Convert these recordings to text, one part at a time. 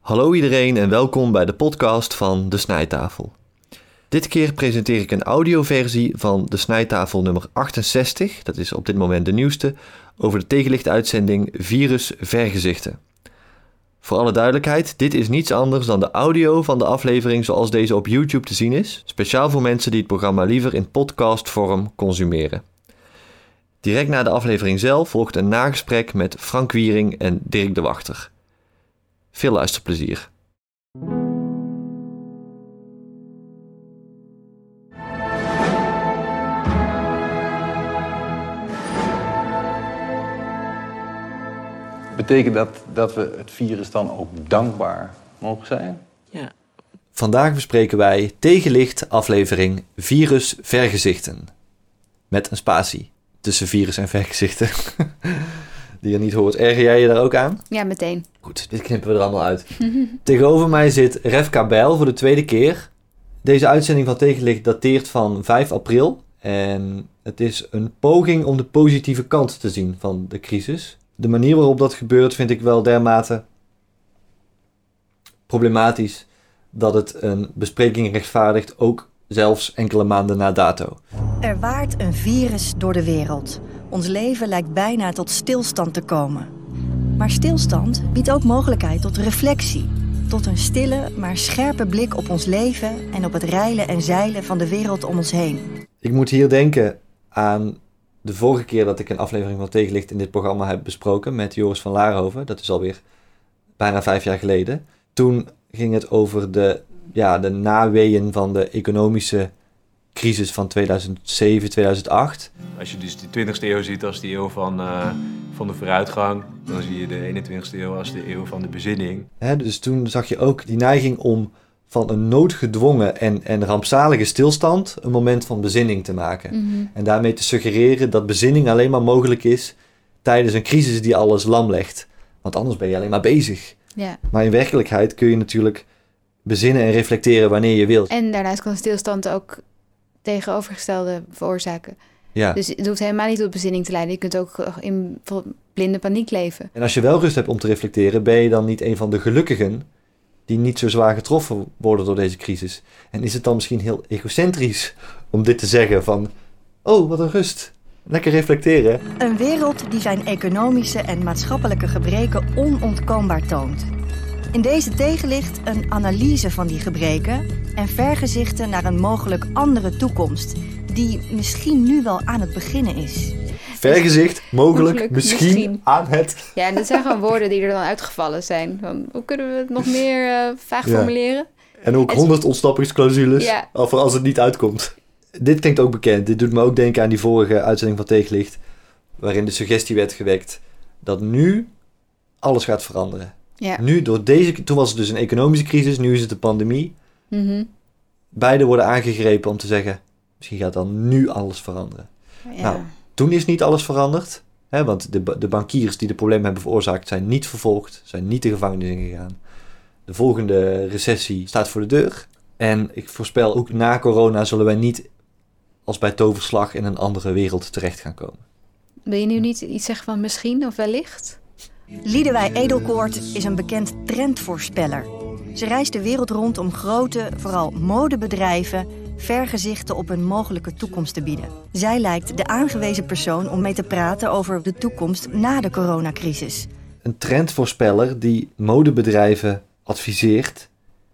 Hallo iedereen en welkom bij de podcast van De Snijtafel. Dit keer presenteer ik een audioversie van De Snijtafel nummer 68, dat is op dit moment de nieuwste, over de tegenlichtuitzending Virus Vergezichten. Voor alle duidelijkheid, dit is niets anders dan de audio van de aflevering zoals deze op YouTube te zien is, speciaal voor mensen die het programma liever in podcastvorm consumeren. Direct na de aflevering zelf volgt een nagesprek met Frank Wiering en Dirk de Wachter. Veel luisterplezier. Betekent dat we het virus dan ook dankbaar mogen zijn? Ja. Vandaag bespreken wij Tegenlicht aflevering Virus Vergezichten. Met een spatie tussen virus en vergezichten. Die je niet hoort. Erger jij je daar ook aan? Ja, meteen. Goed, dit knippen we er allemaal uit. Tegenover mij zit Refka Bijl voor de tweede keer. Deze uitzending van Tegenlicht dateert van 5 april. En het is een poging om de positieve kant te zien van de crisis. De manier waarop dat gebeurt vind ik wel dermate problematisch dat het een bespreking rechtvaardigt, ook zelfs enkele maanden na dato. Er waart een virus door de wereld. Ons leven lijkt bijna tot stilstand te komen. Maar stilstand biedt ook mogelijkheid tot reflectie. Tot een stille, maar scherpe blik op ons leven en op het reilen en zeilen van de wereld om ons heen. Ik moet hier denken aan de vorige keer dat ik een aflevering van Tegenlicht in dit programma heb besproken met Joris van Laarhoven. Dat is alweer bijna 5 jaar geleden. Toen ging het over de naweeën van de economische crisis van 2007, 2008. Als je dus de 20e eeuw ziet als de eeuw van de vooruitgang, dan zie je de 21e eeuw als de eeuw van de bezinning. Dus toen zag je ook die neiging om van een noodgedwongen en rampzalige stilstand een moment van bezinning te maken. Mm-hmm. En daarmee te suggereren dat bezinning alleen maar mogelijk is tijdens een crisis die alles lam legt. Want anders ben je alleen maar bezig. Ja. Maar in werkelijkheid kun je natuurlijk bezinnen en reflecteren wanneer je wilt. En daarnaast kan stilstand ook tegenovergestelde veroorzaken. Ja. Dus het hoeft helemaal niet tot bezinning te leiden. Je kunt ook in blinde paniek leven. En als je wel rust hebt om te reflecteren, ben je dan niet een van de gelukkigen die niet zo zwaar getroffen worden door deze crisis? En is het dan misschien heel egocentrisch om dit te zeggen van, oh, wat een rust, lekker reflecteren. Een wereld die zijn economische en maatschappelijke gebreken onontkoombaar toont. In deze tegenlicht een analyse van die gebreken en vergezichten naar een mogelijk andere toekomst, die misschien nu wel aan het beginnen is. Vergezicht, mogelijk, misschien aan het... Ja, en dat zijn gewoon woorden die er dan uitgevallen zijn. Hoe kunnen we het nog meer vaag formuleren? En ook 100 ontsnappingsclausules, voor als het niet uitkomt. Dit klinkt ook bekend. Dit doet me ook denken aan die vorige uitzending van Tegenlicht, waarin de suggestie werd gewekt dat nu alles gaat veranderen. Ja. Nu, toen was het dus een economische crisis, nu is het een pandemie. Mm-hmm. Beide worden aangegrepen om te zeggen, misschien gaat dan nu alles veranderen. Ja. Nou, toen is niet alles veranderd. Want de bankiers die de problemen hebben veroorzaakt zijn niet vervolgd, zijn niet de gevangenis ingegaan. De volgende recessie staat voor de deur. En ik voorspel, ook na corona zullen wij niet als bij toverslag in een andere wereld terecht gaan komen. Wil je nu niet iets zeggen van misschien of wellicht? Liedewij Edelkoort is een bekend trendvoorspeller. Ze reist de wereld rond om grote, vooral modebedrijven, vergezichten op een mogelijke toekomst te bieden. Zij lijkt de aangewezen persoon om mee te praten over de toekomst na de coronacrisis. Een trendvoorspeller die modebedrijven adviseert,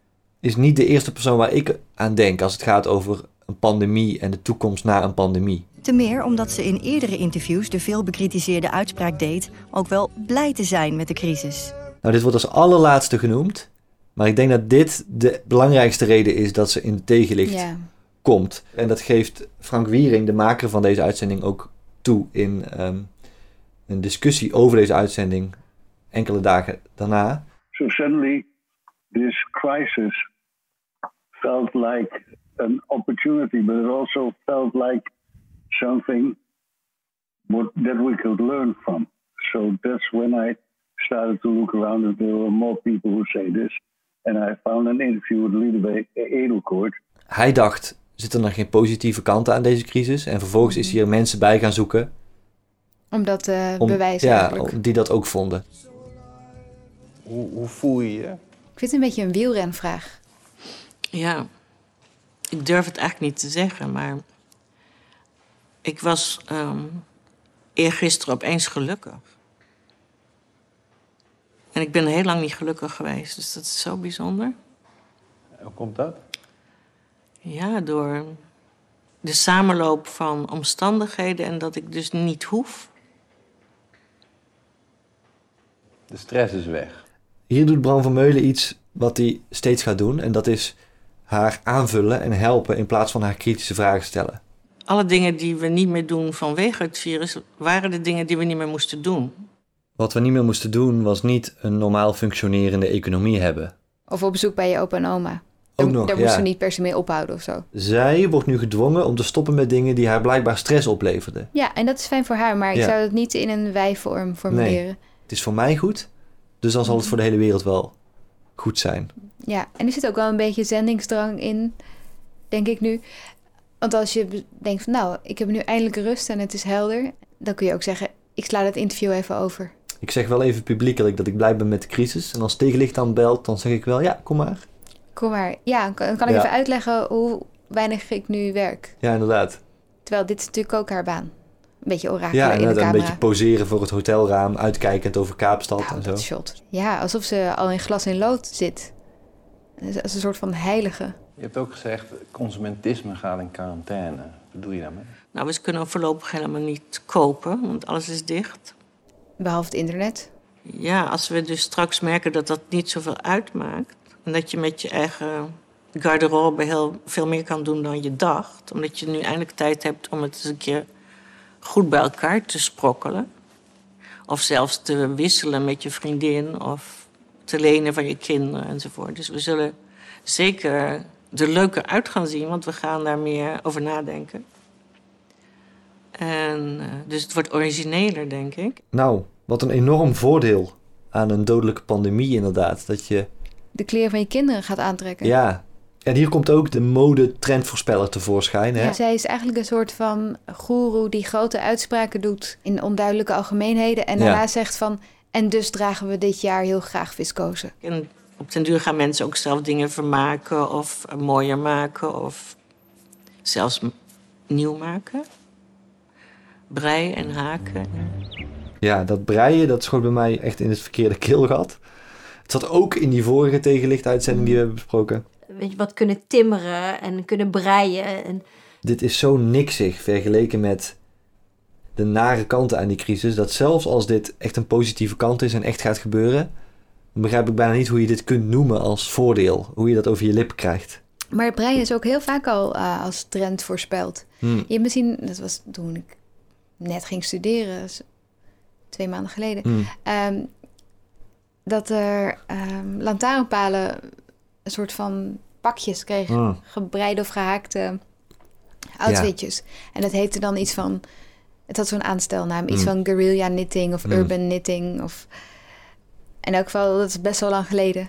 is niet de eerste persoon waar ik aan denk als het gaat over een pandemie en de toekomst na een pandemie. Te meer omdat ze in eerdere interviews de veel bekritiseerde uitspraak deed ook wel blij te zijn met de crisis. Nou, dit wordt als allerlaatste genoemd, maar ik denk dat dit de belangrijkste reden is dat ze in het tegenlicht komt. En dat geeft Frank Wiering, de maker van deze uitzending, ook toe in een discussie over deze uitzending enkele dagen daarna. So suddenly this crisis felt like an opportunity, but it also felt like something that we could learn from. So that's when I started to look around and there were more people who say this. And I found an interview with Liedewij Edelkoort. Hij dacht, zitten er geen positieve kanten aan deze crisis? En vervolgens is hij er mensen bij gaan zoeken. Om dat te bewijzen eigenlijk. Die dat ook vonden. Hoe voel je je Ik vind het een beetje een wielrenvraag. Ja, ik durf het eigenlijk niet te zeggen, maar ik was eergisteren opeens gelukkig. En ik ben heel lang niet gelukkig geweest, dus dat is zo bijzonder. Hoe komt dat? Ja, door de samenloop van omstandigheden en dat ik dus niet hoef. De stress is weg. Hier doet Bram Vermeulen iets wat hij steeds gaat doen. En dat is haar aanvullen en helpen in plaats van haar kritische vragen stellen. Alle dingen die we niet meer doen vanwege het virus waren de dingen die we niet meer moesten doen. Wat we niet meer moesten doen was niet een normaal functionerende economie hebben. Of op bezoek bij je opa en oma. Ook nog, daar moesten we niet per se mee ophouden of zo. Zij wordt nu gedwongen om te stoppen met dingen die haar blijkbaar stress opleverden. Ja, en dat is fijn voor haar, maar ik zou het niet in een wij-vorm formuleren. Nee, het is voor mij goed, dus dan zal het voor de hele wereld wel goed zijn. Ja, en er zit ook wel een beetje zendingsdrang in, denk ik nu. Want als je denkt van nou, ik heb nu eindelijk rust en het is helder, dan kun je ook zeggen, ik sla dat interview even over. Ik zeg wel even publiekelijk dat ik blij ben met de crisis. En als tegenlicht dan belt, dan zeg ik wel, ja, kom maar. Kom maar. Ja, dan kan ik even uitleggen hoe weinig ik nu werk. Ja, inderdaad. Terwijl dit is natuurlijk ook haar baan. Een beetje orakelen ja, in de camera. Een beetje poseren voor het hotelraam, uitkijkend over Kaapstad nou, en zo. Dat shot. Ja, alsof ze al in glas en lood zit. Als een soort van heilige. Je hebt ook gezegd, consumentisme gaat in quarantaine. Wat bedoel je daarmee? Nou, we kunnen voorlopig helemaal niet kopen, want alles is dicht. Behalve het internet. Ja, als we dus straks merken dat dat niet zoveel uitmaakt... en dat je met je eigen garderobe heel veel meer kan doen dan je dacht... omdat je nu eindelijk tijd hebt om het eens een keer goed bij elkaar te sprokkelen... of zelfs te wisselen met je vriendin of te lenen van je kinderen enzovoort. Dus we zullen zeker er leuker uit gaan zien, want we gaan daar meer over nadenken. En dus het wordt origineler, denk ik. Nou, wat een enorm voordeel aan een dodelijke pandemie inderdaad. Dat je de kleren van je kinderen gaat aantrekken. Ja, en hier komt ook de modetrendvoorspeller tevoorschijn. Hè? Ja, zij is eigenlijk een soort van goeroe die grote uitspraken doet in onduidelijke algemeenheden. En daarna zegt van, en dus dragen we dit jaar heel graag viscose. En op den duur gaan mensen ook zelf dingen vermaken of mooier maken of zelfs nieuw maken. Breien en haken. Ja, dat breien, dat schoot bij mij echt in het verkeerde keelgat. Het zat ook in die vorige tegenlichtuitzending die we hebben besproken. Weet je, wat kunnen timmeren en kunnen breien. En Dit is zo niksig vergeleken met de nare kanten aan die crisis. Dat zelfs als dit echt een positieve kant is en echt gaat gebeuren, dan begrijp ik bijna niet hoe je dit kunt noemen als voordeel. Hoe je dat over je lippen krijgt. Maar breien is ook heel vaak al als trend voorspeld. Je hebt misschien, dat was toen ik net ging studeren, 2 maanden geleden, dat er lantaarnpalen een soort van pakjes kregen, gebreide of gehaakte outfitjes. Ja. En dat heette dan iets van, het had zo'n aanstelnaam, iets van guerrilla knitting of urban knitting. Of, in elk geval, dat is best wel lang geleden.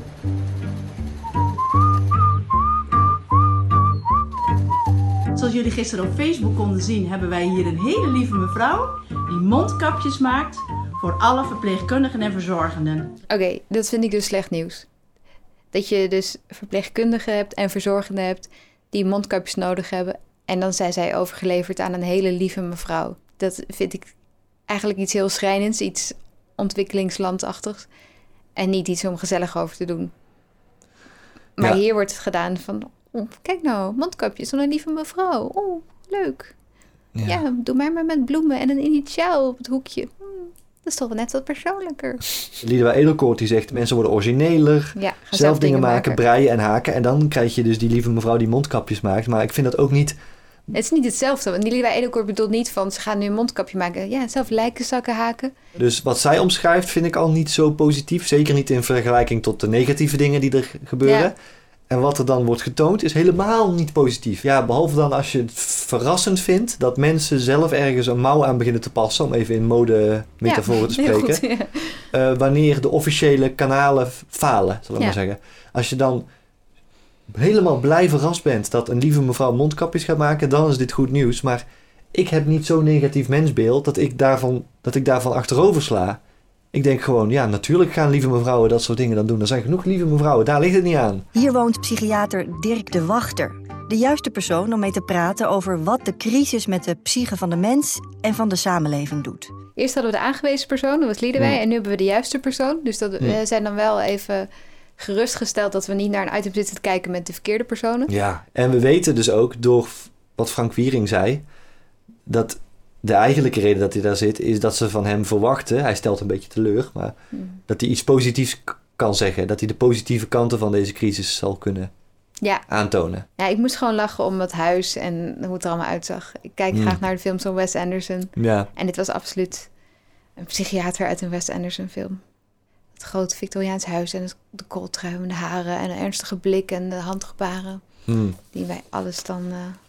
Zoals jullie gisteren op Facebook konden zien, hebben wij hier een hele lieve mevrouw die mondkapjes maakt voor alle verpleegkundigen en verzorgenden. Oké, dat vind ik dus slecht nieuws. Dat je dus verpleegkundigen hebt en verzorgenden hebt die mondkapjes nodig hebben. En dan zijn zij overgeleverd aan een hele lieve mevrouw. Dat vind ik eigenlijk iets heel schrijnends, iets ontwikkelingslandachtigs. En niet iets om gezellig over te doen. Maar hier wordt het gedaan van, oh, kijk nou, mondkapjes van een lieve mevrouw. Oh, leuk. Ja, doe maar met bloemen en een initiaal op het hoekje. Dat is toch wel net wat persoonlijker. Liedewij Edelkoort die zegt, mensen worden origineler, zelf dingen maken, breien en haken. En dan krijg je dus die lieve mevrouw die mondkapjes maakt. Maar ik vind dat ook niet... Het is niet hetzelfde. Want Liedewij Edelkoort bedoelt niet van, ze gaan nu een mondkapje maken. Ja, zelf lijkenzakken haken. Dus wat zij omschrijft vind ik al niet zo positief. Zeker niet in vergelijking tot de negatieve dingen die er gebeuren. Ja. En wat er dan wordt getoond is helemaal niet positief. Ja, behalve dan als je het verrassend vindt dat mensen zelf ergens een mouw aan beginnen te passen, om even in mode-metaforen te spreken. Goed, wanneer de officiële kanalen falen, zal ik maar zeggen. Als je dan helemaal blij verrast bent dat een lieve mevrouw mondkapjes gaat maken, dan is dit goed nieuws. Maar ik heb niet zo'n negatief mensbeeld dat ik daarvan achterover sla. Ik denk gewoon, ja, natuurlijk gaan lieve mevrouwen dat soort dingen dan doen. Er zijn genoeg lieve mevrouwen, daar ligt het niet aan. Hier woont psychiater Dirk de Wachter. De juiste persoon om mee te praten over wat de crisis met de psyche van de mens en van de samenleving doet. Eerst hadden we de aangewezen persoon, dat was Liedewij. En nu hebben we de juiste persoon. Dus we zijn dan wel even gerustgesteld dat we niet naar een item zitten te kijken met de verkeerde personen. Ja, en we weten dus ook door wat Frank Wiering zei, dat de eigenlijke reden dat hij daar zit, is dat ze van hem verwachten, hij stelt een beetje teleur, maar dat hij iets positiefs kan zeggen. Dat hij de positieve kanten van deze crisis zal kunnen aantonen. Ja, ik moest gewoon lachen om het huis en hoe het er allemaal uitzag. Ik kijk graag naar de films van Wes Anderson. Ja. En dit was absoluut een psychiater uit een Wes Anderson film. Het grote Victoriaans huis en de kooltrui, de haren en de ernstige blik en de handgebaren. Die bij alles dan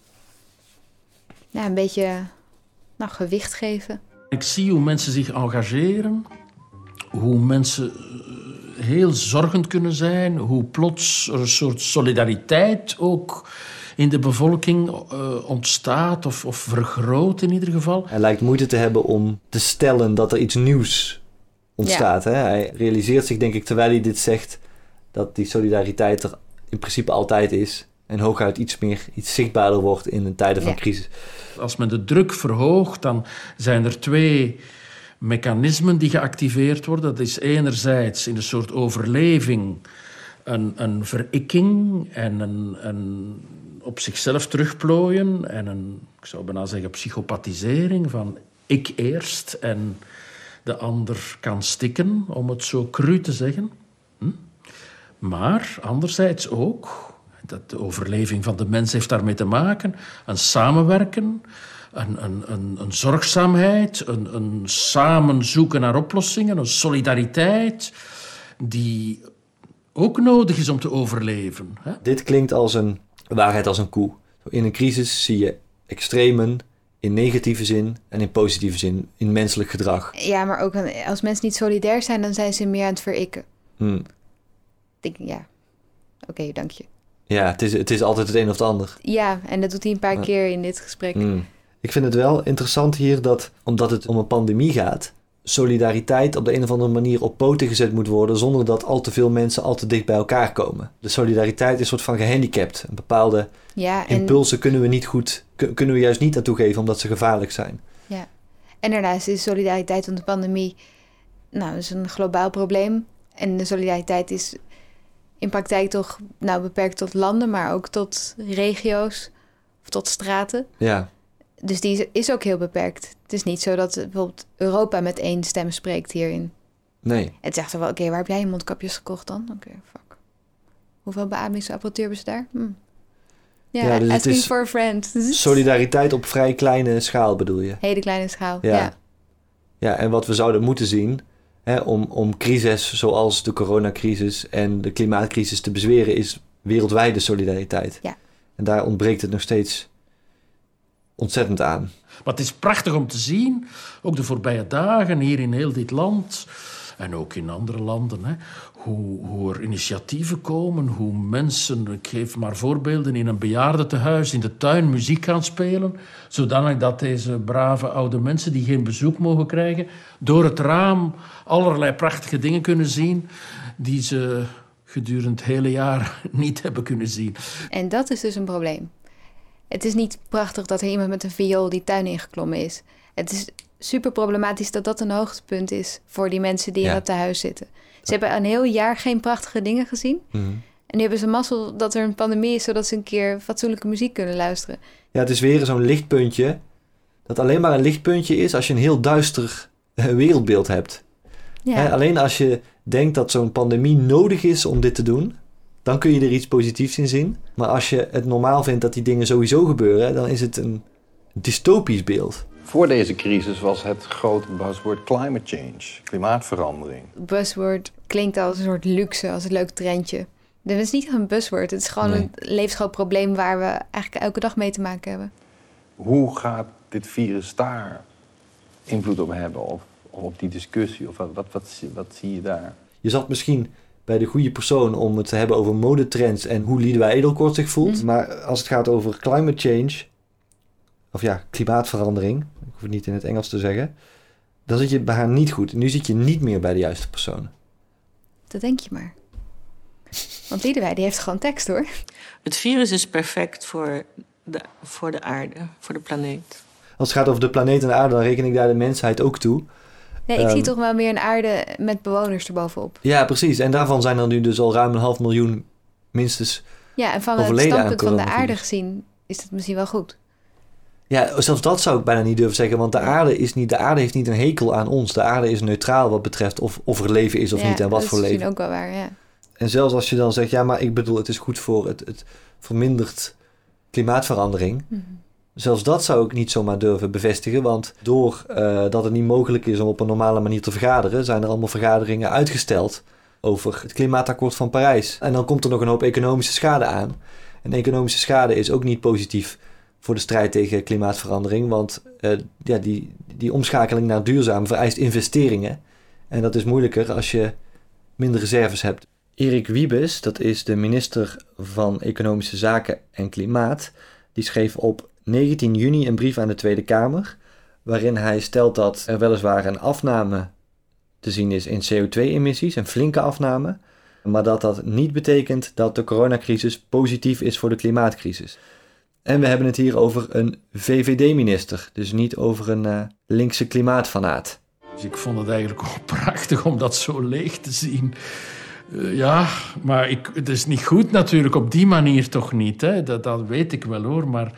een beetje gewicht geven. Ik zie hoe mensen zich engageren, hoe mensen heel zorgend kunnen zijn, hoe plots er een soort solidariteit ook in de bevolking ontstaat of vergroot in ieder geval. Hij lijkt moeite te hebben om te stellen dat er iets nieuws ontstaat. Ja. Hè? Hij realiseert zich, denk ik, terwijl hij dit zegt, dat die solidariteit er in principe altijd is. En hooguit iets zichtbaarder wordt in tijden van crisis. Als men de druk verhoogt, dan zijn er 2 mechanismen die geactiveerd worden. Dat is enerzijds in een soort overleving een verikking en een op zichzelf terugplooien en ik zou bijna zeggen, psychopathisering van ik eerst en de ander kan stikken, om het zo cru te zeggen. Maar anderzijds ook, dat de overleving van de mens heeft daarmee te maken, een samenwerken, een zorgzaamheid, een samen zoeken naar oplossingen, een solidariteit die ook nodig is om te overleven. Hè? Dit klinkt als een waarheid als een koe. In een crisis zie je extremen in negatieve zin en in positieve zin, in menselijk gedrag. Ja, maar ook als mensen niet solidair zijn, dan zijn ze meer aan het verikken. Oké, dank je. Ja, het is altijd het een of het ander. Ja, en dat doet hij een paar keer in dit gesprek. Ik vind het wel interessant hier dat, omdat het om een pandemie gaat, solidariteit op de een of andere manier op poten gezet moet worden zonder dat al te veel mensen al te dicht bij elkaar komen. De solidariteit is een soort van gehandicapt. Een bepaalde impulsen kunnen we juist niet naartoe geven omdat ze gevaarlijk zijn. Ja, en daarnaast is solidariteit van de pandemie is een globaal probleem. En de solidariteit is in praktijk toch beperkt tot landen, maar ook tot regio's of tot straten. Ja. Dus die is ook heel beperkt. Het is niet zo dat bijvoorbeeld Europa met 1 stem spreekt hierin. Nee. Het zegt er wel, oké, waar heb jij je mondkapjes gekocht dan? Oké, fuck. Hoeveel beademingsapparatuur hebben ze daar? Ja, dus asking for a friend. Solidariteit op vrij kleine schaal bedoel je? Hele kleine schaal, ja. Ja, en wat we zouden moeten zien, om crises zoals de coronacrisis en de klimaatcrisis te bezweren, is wereldwijde solidariteit. Ja. En daar ontbreekt het nog steeds ontzettend aan. Maar het is prachtig om te zien, ook de voorbije dagen hier in heel dit land en ook in andere landen, hoe er initiatieven komen, hoe mensen, ik geef maar voorbeelden, in een bejaardentehuis in de tuin muziek gaan spelen, zodanig dat deze brave oude mensen die geen bezoek mogen krijgen, door het raam allerlei prachtige dingen kunnen zien die ze gedurende het hele jaar niet hebben kunnen zien. En dat is dus een probleem. Het is niet prachtig dat er iemand met een viool die tuin ingeklommen is. Het is super problematisch dat een hoogtepunt is voor die mensen die in dat tehuis zitten. Ze hebben een heel jaar geen prachtige dingen gezien. En nu hebben ze mazzel dat er een pandemie is, zodat ze een keer fatsoenlijke muziek kunnen luisteren. Ja, het is weer zo'n lichtpuntje. Dat alleen maar een lichtpuntje is als je een heel duister wereldbeeld hebt. Ja. Alleen als je denkt dat zo'n pandemie nodig is om dit te doen, dan kun je er iets positiefs in zien. Maar als je het normaal vindt dat die dingen sowieso gebeuren, dan is het een dystopisch beeld. Voor deze crisis was het grote buzzword climate change, klimaatverandering. Buzzword klinkt als een soort luxe, als een leuk trendje. Dat is niet een buzzword, het is gewoon een levensgroot probleem waar we eigenlijk elke dag mee te maken hebben. Hoe gaat dit virus daar invloed op hebben of op die discussie? Of wat zie je daar? Je zat misschien bij de goede persoon om het te hebben over modetrends en hoe Liedewij Edelkoort zich voelt. Maar als het gaat over climate change, of klimaatverandering, ik hoef het niet in het Engels te zeggen, dan zit je bij haar niet goed. Nu zit je niet meer bij de juiste persoon. Dat denk je maar. Want Liedewij, die heeft gewoon tekst, hoor. Het virus is perfect voor de aarde, voor de planeet. Als het gaat over de planeet en de aarde, dan reken ik daar de mensheid ook toe. Nee, ik zie toch wel meer een aarde met bewoners erbovenop. Ja, precies. En daarvan zijn er nu dus al ruim 500.000 minstens Ja, en van het standpunt van de aarde gezien is dat misschien wel goed. Ja, zelfs dat zou ik bijna niet durven zeggen, want de aarde heeft niet een hekel aan ons. De aarde is neutraal wat betreft of er leven is of niet en wat voor leven. Dat is misschien ook wel waar, ja. En zelfs als je dan zegt, ja, maar ik bedoel, het is goed voor het vermindert klimaatverandering. Mm-hmm. Zelfs dat zou ik niet zomaar durven bevestigen, want doordat het niet mogelijk is om op een normale manier te vergaderen, zijn er allemaal vergaderingen uitgesteld over het klimaatakkoord van Parijs. En dan komt er nog een hoop economische schade aan. En economische schade is ook niet positief voor de strijd tegen klimaatverandering, want die omschakeling naar duurzaam vereist investeringen. En dat is moeilijker als je minder reserves hebt. Erik Wiebes, dat is de minister van Economische Zaken en Klimaat, die schreef op 19 juni een brief aan de Tweede Kamer, waarin hij stelt dat er weliswaar een afname te zien is in CO2-emissies, een flinke afname, maar dat niet betekent dat de coronacrisis positief is voor de klimaatcrisis. En we hebben het hier over een VVD-minister, dus niet over een linkse klimaatfanaat. Dus ik vond het eigenlijk ook prachtig om dat zo leeg te zien. Ja, maar het is niet goed natuurlijk, op die manier toch niet. Hè? Dat weet ik wel hoor, maar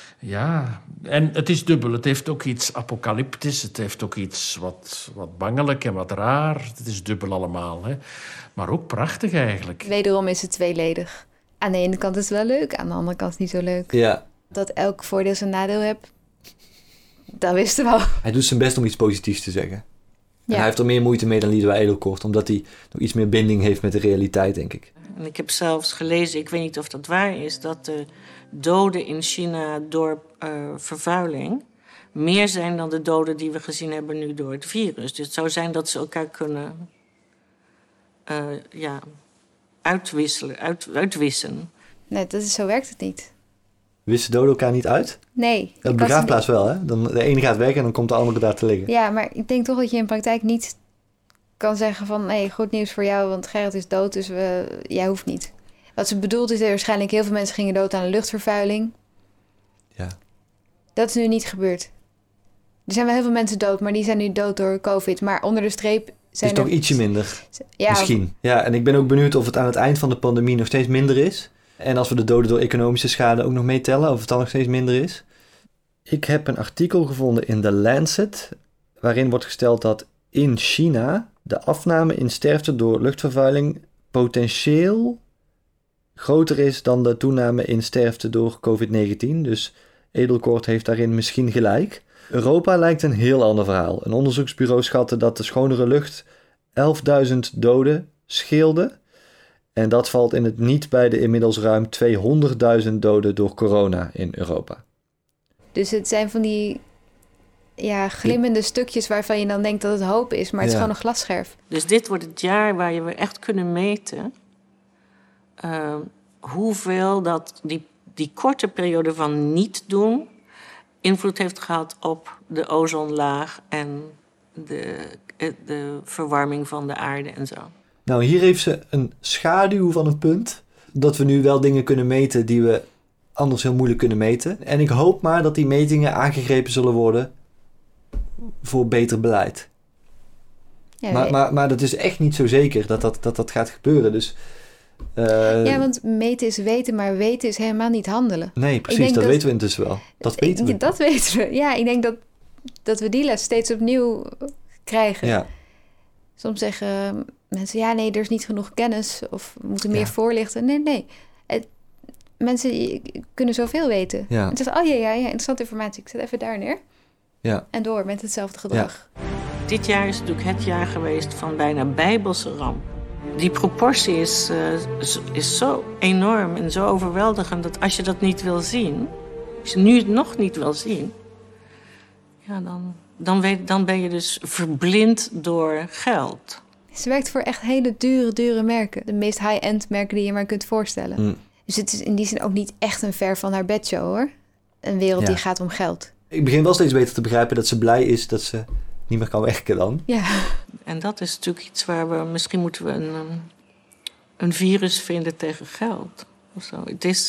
ja. En het is dubbel, het heeft ook iets apocalyptisch, het heeft ook iets wat bangelijk en wat raar. Het is dubbel allemaal, hè? Maar ook prachtig eigenlijk. Wederom is het tweeledig. Aan de ene kant is het wel leuk, aan de andere kant is het niet zo leuk. Ja. Dat elk voordeel zijn nadeel hebt, dat wisten we al. Hij doet zijn best om iets positiefs te zeggen. Ja. En hij heeft er meer moeite mee dan Liedewij Edelkoort, omdat hij nog iets meer binding heeft met de realiteit, denk ik. En ik heb zelfs gelezen, ik weet niet of dat waar is, dat de doden in China door vervuiling meer zijn dan de doden die we gezien hebben nu door het virus. Dus het zou zijn dat ze elkaar kunnen uitwissen. Nee, zo werkt het niet. Wissen doden elkaar niet uit? Nee. Op de begraafplaats wel, hè? Dan de ene gaat weg en dan komt de andere daar te liggen. Ja, maar ik denk toch dat je in praktijk niet kan zeggen van, nee, goed nieuws voor jou, want Gerrit is dood, dus jij hoeft niet. Wat ze bedoelt is, waarschijnlijk heel veel mensen gingen dood aan de luchtvervuiling. Ja. Dat is nu niet gebeurd. Er zijn wel heel veel mensen dood, maar die zijn nu dood door COVID. Maar onder de streep zijn is toch ietsje minder, ja, misschien. Ja, en ik ben ook benieuwd of het aan het eind van de pandemie nog steeds minder is. En als we de doden door economische schade ook nog meetellen, of het dan nog steeds minder is. Ik heb een artikel gevonden in The Lancet, waarin wordt gesteld dat in China de afname in sterfte door luchtvervuiling potentieel groter is dan de toename in sterfte door COVID-19. Dus Edelkoort heeft daarin misschien gelijk. Europa lijkt een heel ander verhaal. Een onderzoeksbureau schatte dat de schonere lucht 11.000 doden scheelde. En dat valt in het niet bij de inmiddels ruim 200.000 doden door corona in Europa. Dus het zijn van die glimmende stukjes waarvan je dan denkt dat het hoop is, maar het is gewoon een glasscherf. Dus dit wordt het jaar waar je echt kunnen meten hoeveel dat die korte periode van niet doen invloed heeft gehad op de ozonlaag en de verwarming van de aarde en zo. Nou, hier heeft ze een schaduw van een punt, dat we nu wel dingen kunnen meten die we anders heel moeilijk kunnen meten. En ik hoop maar dat die metingen aangegrepen zullen worden voor beter beleid. Ja, maar dat is echt niet zo zeker dat gaat gebeuren. Dus, want meten is weten, maar weten is helemaal niet handelen. Nee, precies, dat weten we intussen wel. Dat weten we. Dat weten we. Ja, ik denk dat we die les steeds opnieuw krijgen. Ja. Soms zeggen mensen, er is niet genoeg kennis of we moeten meer voorlichten. Nee. Mensen kunnen zoveel weten. Ja. En ze zeggen, interessante informatie. Ik zet even daar neer. Ja. En door met hetzelfde gedrag. Ja. Dit jaar is natuurlijk het jaar geweest van bijna bijbelse ramp. Die proportie is zo enorm en zo overweldigend dat als je dat niet wil zien, als je nu het nog niet wil zien, dan ben je dus verblind door geld. Ze werkt voor echt hele dure merken. De meest high-end merken die je maar kunt voorstellen. Mm. Dus het is in die zin ook niet echt een ver van haar bedshow, hoor. Een wereld die gaat om geld. Ik begin wel steeds beter te begrijpen dat ze blij is dat ze niet meer kan werken dan. Ja. En dat is natuurlijk iets waar we... Misschien moeten we een virus vinden tegen geld. Of zo.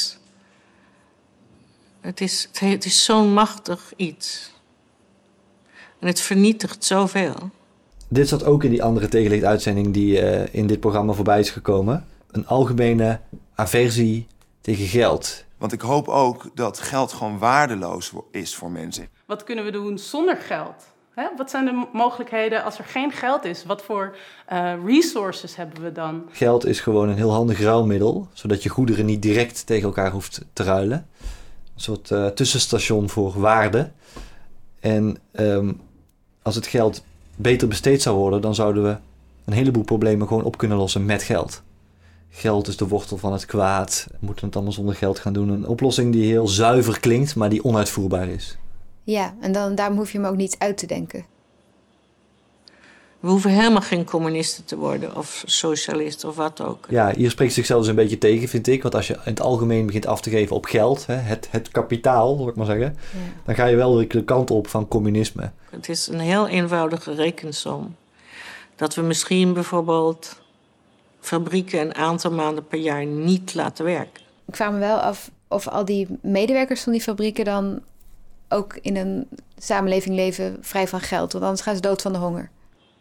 Het is zo'n machtig iets. En het vernietigt zoveel. Dit zat ook in die andere tegenlicht-uitzending die in dit programma voorbij is gekomen. Een algemene aversie tegen geld. Want ik hoop ook dat geld gewoon waardeloos is voor mensen. Wat kunnen we doen zonder geld? Hè? Wat zijn de mogelijkheden als er geen geld is? Wat voor resources hebben we dan? Geld is gewoon een heel handig ruilmiddel, zodat je goederen niet direct tegen elkaar hoeft te ruilen. Een soort tussenstation voor waarde. En als het geld beter besteed zou worden, dan zouden we een heleboel problemen gewoon op kunnen lossen met geld. Geld is de wortel van het kwaad. We moeten het allemaal zonder geld gaan doen. Een oplossing die heel zuiver klinkt, maar die onuitvoerbaar is. Ja, en daarom hoef je hem ook niet uit te denken. We hoeven helemaal geen communisten te worden of socialisten of wat ook. Ja, hier spreekt zichzelf dus een beetje tegen, vind ik. Want als je in het algemeen begint af te geven op geld, het kapitaal, zal ik maar zeggen, dan ga je wel de kant op van communisme. Het is een heel eenvoudige rekensom. Dat we misschien bijvoorbeeld fabrieken een aantal maanden per jaar niet laten werken. Ik vraag me wel af of al die medewerkers van die fabrieken dan ook in een samenleving leven vrij van geld. Want anders gaan ze dood van de honger.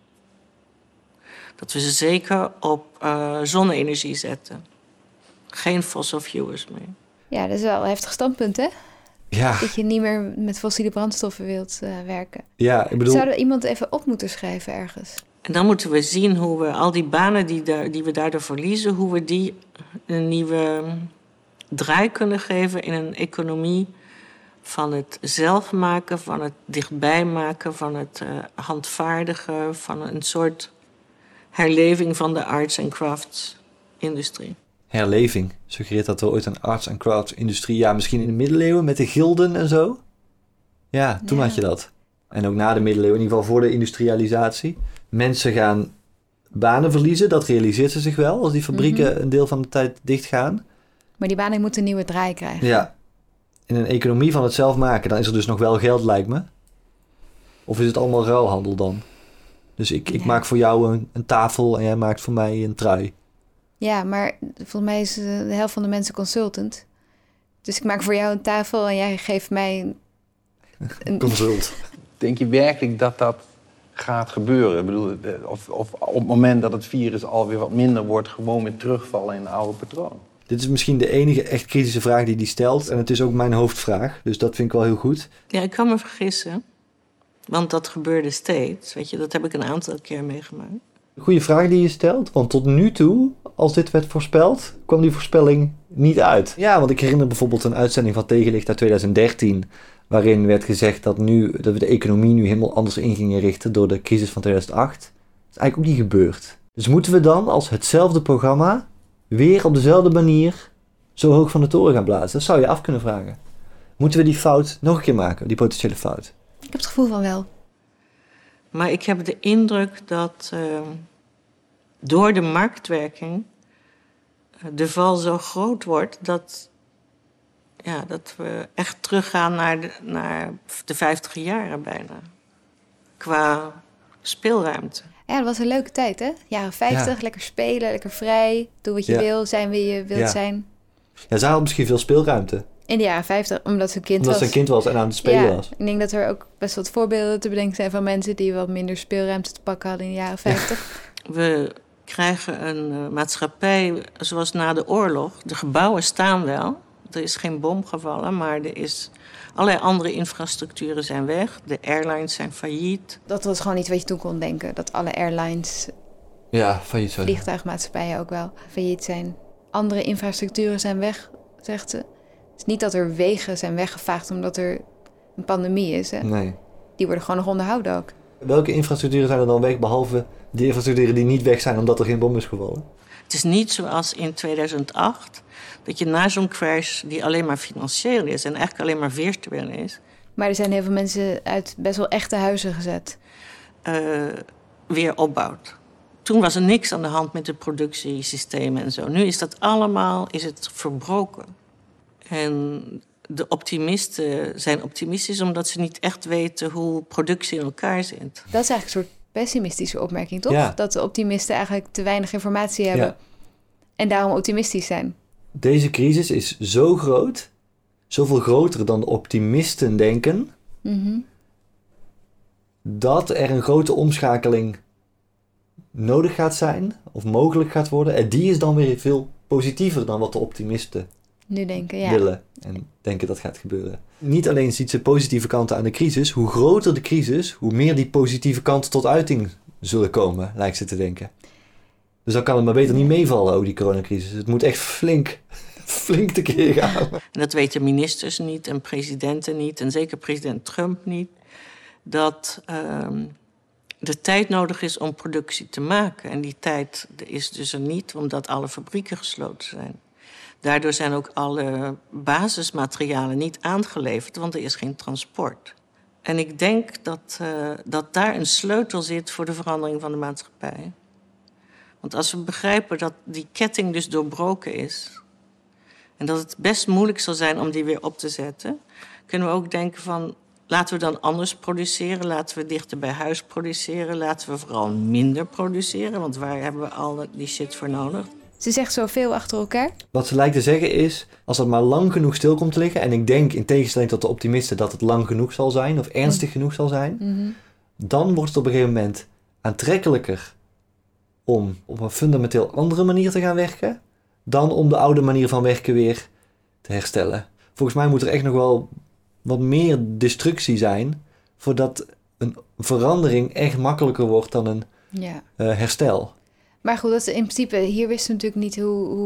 Dat we ze zeker op zonne-energie zetten. Geen fossil fuels meer. Ja, dat is wel een heftig standpunt, hè? Ja. Dat je niet meer met fossiele brandstoffen wilt werken. Ja, ik bedoel... Zou er iemand even op moeten schrijven ergens? En dan moeten we zien hoe we al die banen die we daardoor verliezen, hoe we die een nieuwe draai kunnen geven in een economie van het zelf maken, van het dichtbij maken, van het handvaardigen, van een soort herleving van de arts- en crafts-industrie. Herleving? Suggereert dat er ooit een arts- en crafts-industrie... Ja, misschien in de middeleeuwen met de gilden en zo? Ja, toen had je dat. En ook na de middeleeuwen, in ieder geval voor de industrialisatie. Mensen gaan banen verliezen, dat realiseert ze zich wel... als die fabrieken een deel van de tijd dichtgaan. Maar die banen moeten een nieuwe draai krijgen. Ja. In een economie van het zelf maken, dan is er dus nog wel geld, lijkt me. Of is het allemaal ruilhandel dan? Dus ik maak voor jou een tafel en jij maakt voor mij een trui. Ja, maar volgens mij is de helft van de mensen consultant. Dus ik maak voor jou een tafel en jij geeft mij een... Consult. Denk je werkelijk dat dat gaat gebeuren? Ik bedoel, of op het moment dat het virus alweer wat minder wordt... gewoon weer terugvallen in de oude patroon? Dit is misschien de enige echt kritische vraag die hij stelt. En het is ook mijn hoofdvraag, dus dat vind ik wel heel goed. Ja, ik kan me vergissen. Want dat gebeurde steeds. Weet je, dat heb ik een aantal keer meegemaakt. Goeie vraag die je stelt, want tot nu toe, als dit werd voorspeld, kwam die voorspelling niet uit. Ja, want ik herinner bijvoorbeeld een uitzending van Tegenlicht uit 2013... waarin werd gezegd dat we de economie nu helemaal anders in gingen richten door de crisis van 2008. Dat is eigenlijk ook niet gebeurd. Dus moeten we dan als hetzelfde programma weer op dezelfde manier zo hoog van de toren gaan blazen? Dat zou je af kunnen vragen. Moeten we die fout nog een keer maken, die potentiële fout? Ik heb het gevoel van wel. Maar ik heb de indruk dat door de marktwerking de val zo groot wordt dat we echt teruggaan naar de 50 jaren bijna. Qua speelruimte. Ja, dat was een leuke tijd, hè? Jaren 50, lekker spelen, lekker vrij. Doe wat je wil, zijn wie je wilt zijn. Ja, zij had misschien veel speelruimte. In de jaren 50, omdat ze een kind was. Omdat ze een kind was en aan het spelen was. Ik denk dat er ook best wat voorbeelden te bedenken zijn van mensen die wat minder speelruimte te pakken hadden in de jaren 50. Ja. We krijgen een maatschappij zoals na de oorlog. De gebouwen staan wel. Er is geen bom gevallen, maar er is allerlei andere infrastructuren zijn weg. De airlines zijn failliet. Dat was gewoon iets wat je toen kon denken. Dat alle airlines, failliet zijn. Vliegtuigmaatschappijen ook wel, failliet zijn. Andere infrastructuren zijn weg, zegt ze. Het is niet dat er wegen zijn weggevaagd omdat er een pandemie is. Hè? Nee. Die worden gewoon nog onderhouden ook. Welke infrastructuren zijn er dan weg, behalve die infrastructuren die niet weg zijn omdat er geen bom is gevallen? Het is niet zoals in 2008, dat je na zo'n crash die alleen maar financieel is en eigenlijk alleen maar virtueel is. Maar er zijn heel veel mensen uit best wel echte huizen gezet. Weer opbouwt. Toen was er niks aan de hand met de productiesystemen en zo. Nu is dat allemaal verbroken. En de optimisten zijn optimistisch omdat ze niet echt weten hoe productie in elkaar zit. Dat is eigenlijk een soort pessimistische opmerking, toch? Ja. Dat de optimisten eigenlijk te weinig informatie hebben en daarom optimistisch zijn. Deze crisis is zo groot, zoveel groter dan de optimisten denken, dat er een grote omschakeling nodig gaat zijn, of mogelijk gaat worden. En die is dan weer veel positiever dan wat de optimisten Nu denken, willen en denken dat gaat gebeuren. Niet alleen ziet ze positieve kanten aan de crisis, hoe groter de crisis, hoe meer die positieve kanten tot uiting zullen komen, lijkt ze te denken. Dus dan kan het maar beter niet meevallen, ook die coronacrisis. Het moet echt flink tekeer gaan. En dat weten ministers niet en presidenten niet, en zeker president Trump niet, dat de tijd nodig is om productie te maken. En die tijd is dus er niet, omdat alle fabrieken gesloten zijn. Daardoor zijn ook alle basismaterialen niet aangeleverd, want er is geen transport. En ik denk dat daar een sleutel zit voor de verandering van de maatschappij. Want als we begrijpen dat die ketting dus doorbroken is, en dat het best moeilijk zal zijn om die weer op te zetten, kunnen we ook denken van, laten we dan anders produceren, laten we dichter bij huis produceren, laten we vooral minder produceren, want waar hebben we al die shit voor nodig? Ze zegt zoveel achter elkaar. Wat ze lijkt te zeggen is, als het maar lang genoeg stil komt te liggen, en ik denk in tegenstelling tot de optimisten dat het lang genoeg zal zijn, of ernstig genoeg zal zijn, dan wordt het op een gegeven moment aantrekkelijker om op een fundamenteel andere manier te gaan werken, dan om de oude manier van werken weer te herstellen. Volgens mij moet er echt nog wel wat meer destructie zijn, voordat een verandering echt makkelijker wordt dan een herstel. Maar goed, dat is in principe, hier wisten we natuurlijk niet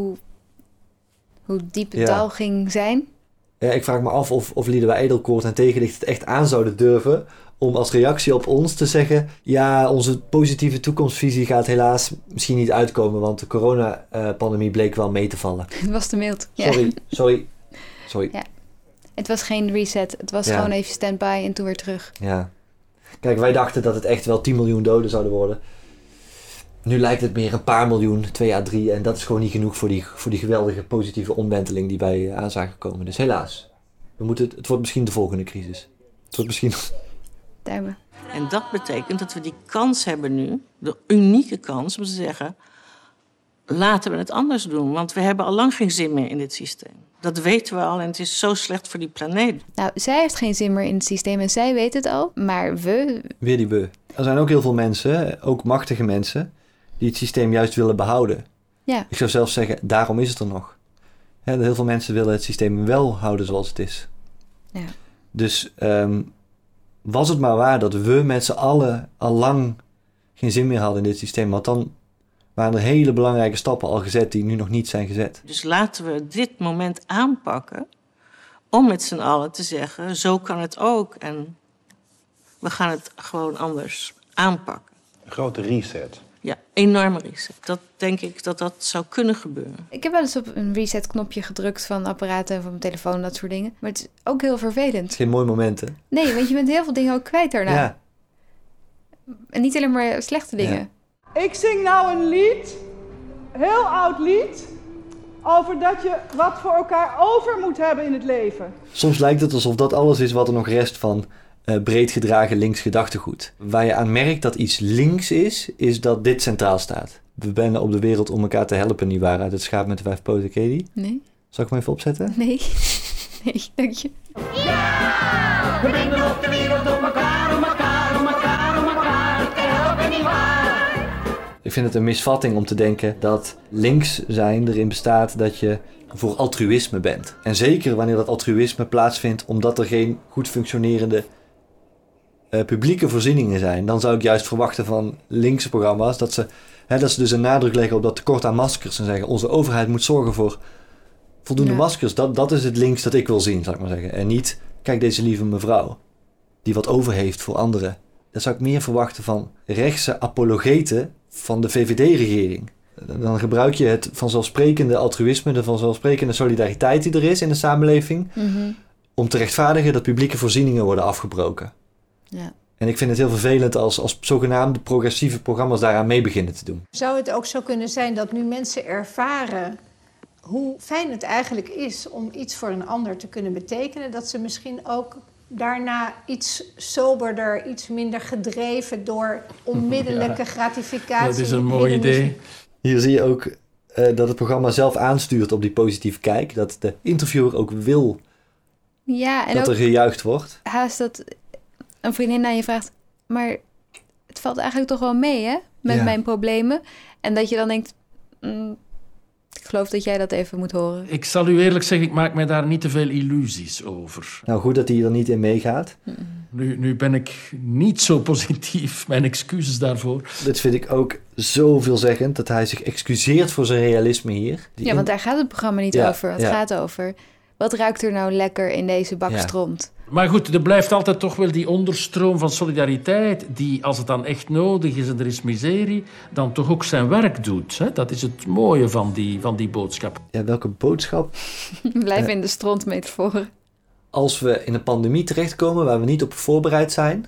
hoe diep het dal ging zijn. Ja, ik vraag me af of Liedewij Edelkoort en Tegenlicht het echt aan zouden durven om als reactie op ons te zeggen, ja, onze positieve toekomstvisie gaat helaas misschien niet uitkomen, want de coronapandemie bleek wel mee te vallen. Het was te mild. Sorry. Ja. Het was geen reset, het was gewoon even stand-by en toen weer terug. Ja. Kijk, wij dachten dat het echt wel 10 miljoen doden zouden worden. Nu lijkt het meer een paar miljoen, 2 à 3. En dat is gewoon niet genoeg voor die geweldige positieve omwenteling die wij aan zagen komen. Dus helaas. Het wordt misschien de volgende crisis. Het wordt misschien... Duimen. En dat betekent dat we die kans hebben nu, de unieke kans om te zeggen, laten we het anders doen. Want we hebben al lang geen zin meer in dit systeem. Dat weten we al en het is zo slecht voor die planeet. Nou, zij heeft geen zin meer in het systeem en zij weet het al, maar we... Weer die we. Er zijn ook heel veel mensen, ook machtige mensen, die het systeem juist willen behouden. Ja. Ik zou zelfs zeggen, daarom is het er nog. Heel veel mensen willen het systeem wel houden zoals het is. Ja. Dus was het maar waar dat we met z'n allen al lang geen zin meer hadden in dit systeem, want dan waren er hele belangrijke stappen al gezet die nu nog niet zijn gezet. Dus laten we dit moment aanpakken om met z'n allen te zeggen, zo kan het ook. En we gaan het gewoon anders aanpakken. Een grote reset. Ja, enorme reset. Dat denk ik dat zou kunnen gebeuren. Ik heb wel eens op een reset-knopje gedrukt van apparaten, van mijn telefoon, dat soort dingen. Maar het is ook heel vervelend. Geen mooi moment, hè? Nee, want je bent heel veel dingen ook kwijt daarna. Ja. En niet alleen maar slechte dingen. Ja. Ik zing nou een lied, heel oud lied, over dat je wat voor elkaar over moet hebben in het leven. Soms lijkt het alsof dat alles is wat er nog rest van breed gedragen links gedachtegoed. Waar je aan merkt dat iets links is dat dit centraal staat. We benden op de wereld om elkaar te helpen, nietwaar? Uit het schaap met de 5 poten, ken je die? Nee. Zal ik hem even opzetten? Nee. Nee, dank je. Ja! We benden op de wereld om elkaar te helpen, nietwaar? Ik vind het een misvatting om te denken dat links zijn erin bestaat dat je voor altruïsme bent. En zeker wanneer dat altruïsme plaatsvindt omdat er geen goed functionerende publieke voorzieningen zijn. Dan zou ik juist verwachten van linkse programma's dat ze dus een nadruk leggen op dat tekort aan maskers. En zeggen, onze overheid moet zorgen voor voldoende maskers. Dat is het links dat ik wil zien, zal ik maar zeggen. En niet, kijk deze lieve mevrouw die wat over heeft voor anderen. Dat zou ik meer verwachten van rechtse apologeten van de VVD-regering. Dan gebruik je het vanzelfsprekende altruïsme, de vanzelfsprekende solidariteit die er is in de samenleving, om te rechtvaardigen dat publieke voorzieningen worden afgebroken. Ja. En ik vind het heel vervelend als zogenaamde progressieve programma's daaraan mee beginnen te doen. Zou het ook zo kunnen zijn dat nu mensen ervaren hoe fijn het eigenlijk is om iets voor een ander te kunnen betekenen. Dat ze misschien ook daarna iets soberder, iets minder gedreven door onmiddellijke gratificatie. Dat is een mooi idee. Hier zie je ook dat het programma zelf aanstuurt op die positieve kijk. Dat de interviewer ook wil en dat er gejuicht wordt. Haast dat een vriendin aan je vraagt, maar het valt eigenlijk toch wel mee, hè? Met mijn problemen. En dat je dan denkt, ik geloof dat jij dat even moet horen. Ik zal u eerlijk zeggen, ik maak mij daar niet te veel illusies over. Nou, goed dat hij er niet in meegaat. Nu ben ik niet zo positief. Mijn excuses daarvoor. Dit vind ik ook zo veelzeggend, dat hij zich excuseert voor zijn realisme hier. Want daar gaat het programma niet over. Het gaat over, wat ruikt er nou lekker in deze bak stront? Maar goed, er blijft altijd toch wel die onderstroom van solidariteit die, als het dan echt nodig is en er is miserie, dan toch ook zijn werk doet. Hè? Dat is het mooie van die boodschap. Ja, welke boodschap? Blijf in de strontmetaforen. Als we in een pandemie terechtkomen waar we niet op voorbereid zijn,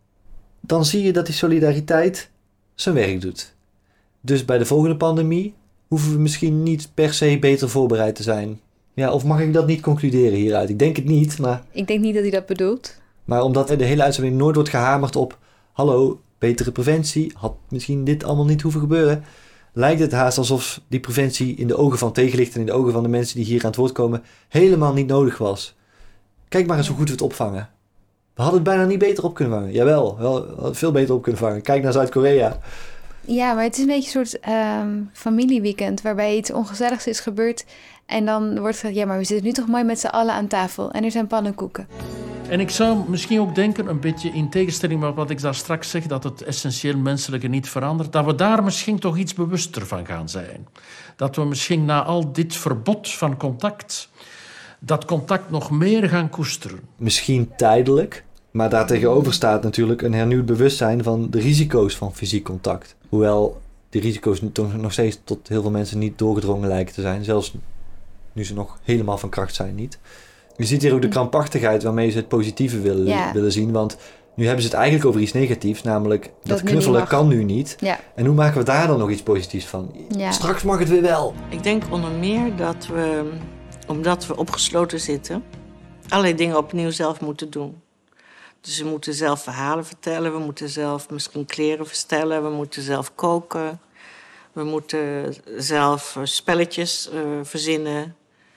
dan zie je dat die solidariteit zijn werk doet. Dus bij de volgende pandemie hoeven we misschien niet per se beter voorbereid te zijn. Ja, of mag ik dat niet concluderen hieruit? Ik denk het niet, maar... Ik denk niet dat hij dat bedoelt. Maar omdat de hele uitzending nooit wordt gehamerd op, hallo, betere preventie, had misschien dit allemaal niet hoeven gebeuren, lijkt het haast alsof die preventie in de ogen van tegenlicht en in de ogen van de mensen die hier aan het woord komen, helemaal niet nodig was. Kijk maar eens hoe goed we het opvangen. We hadden het bijna niet beter op kunnen vangen. Jawel, we hadden het veel beter op kunnen vangen. Kijk naar Zuid-Korea. Ja, maar het is een beetje een soort familieweekend waarbij iets ongezelligs is gebeurd. En dan wordt gezegd, ja, maar we zitten nu toch mooi met z'n allen aan tafel. En er zijn pannenkoeken. En ik zou misschien ook denken, een beetje in tegenstelling met wat ik daar straks zeg, dat het essentieel menselijke niet verandert, dat we daar misschien toch iets bewuster van gaan zijn. Dat we misschien na al dit verbod van contact, dat contact nog meer gaan koesteren. Misschien tijdelijk, maar daartegenover staat natuurlijk een hernieuwd bewustzijn van de risico's van fysiek contact. Hoewel die risico's nog steeds tot heel veel mensen niet doorgedrongen lijken te zijn, zelfs nu ze nog helemaal van kracht zijn niet. Je ziet hier ook de krampachtigheid waarmee ze het positieve willen zien, want nu hebben ze het eigenlijk over iets negatiefs, namelijk dat knuffelen kan nu niet. Ja. En hoe maken we daar dan nog iets positiefs van? Ja. Straks mag het weer wel. Ik denk onder meer dat we, omdat we opgesloten zitten, allerlei dingen opnieuw zelf moeten doen. Dus we moeten zelf verhalen vertellen, we moeten zelf misschien kleren verstellen, we moeten zelf koken, we moeten zelf spelletjes verzinnen.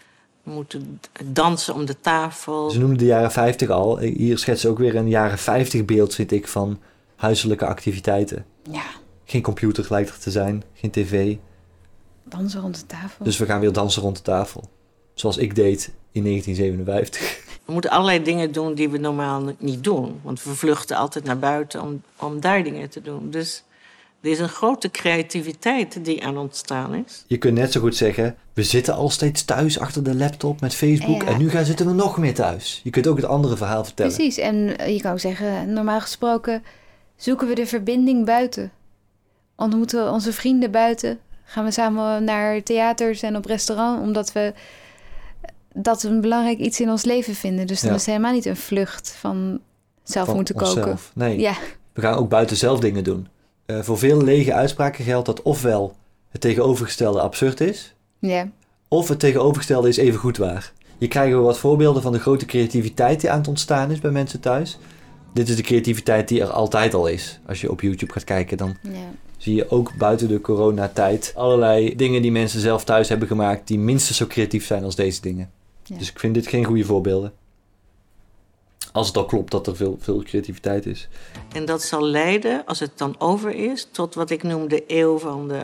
We moeten dansen om de tafel. Ze noemden de jaren 50 al. Hier schetsen ook weer een jaren 50 beeld, zit ik, van huiselijke activiteiten. Ja. Geen computer lijkt er te zijn, geen tv. Dansen rond de tafel. Dus we gaan weer dansen rond de tafel. Zoals ik deed in 1957. We moeten allerlei dingen doen die we normaal niet doen. Want we vluchten altijd naar buiten om daar dingen te doen. Dus er is een grote creativiteit die aan ontstaan is. Je kunt net zo goed zeggen, we zitten al steeds thuis achter de laptop met Facebook. Ja. En nu zitten we nog meer thuis. Je kunt ook het andere verhaal vertellen. Precies, en je kan ook zeggen, normaal gesproken zoeken we de verbinding buiten. Ontmoeten we onze vrienden buiten. Gaan we samen naar theaters en op restaurant, omdat we dat een belangrijk iets in ons leven vinden. Dus dan is het helemaal niet een vlucht van zelf moeten koken. Onszelf. Nee, we gaan ook buiten zelf dingen doen. Voor veel lege uitspraken geldt dat ofwel het tegenovergestelde absurd is, of het tegenovergestelde is even goed waar. Hier krijgen we wat voorbeelden van de grote creativiteit die aan het ontstaan is bij mensen thuis. Dit is de creativiteit die er altijd al is. Als je op YouTube gaat kijken, dan zie je ook buiten de coronatijd allerlei dingen die mensen zelf thuis hebben gemaakt die minstens zo creatief zijn als deze dingen. Ja. Dus ik vind dit geen goede voorbeelden. Als het al klopt dat er veel creativiteit is. En dat zal leiden, als het dan over is, tot wat ik noem de eeuw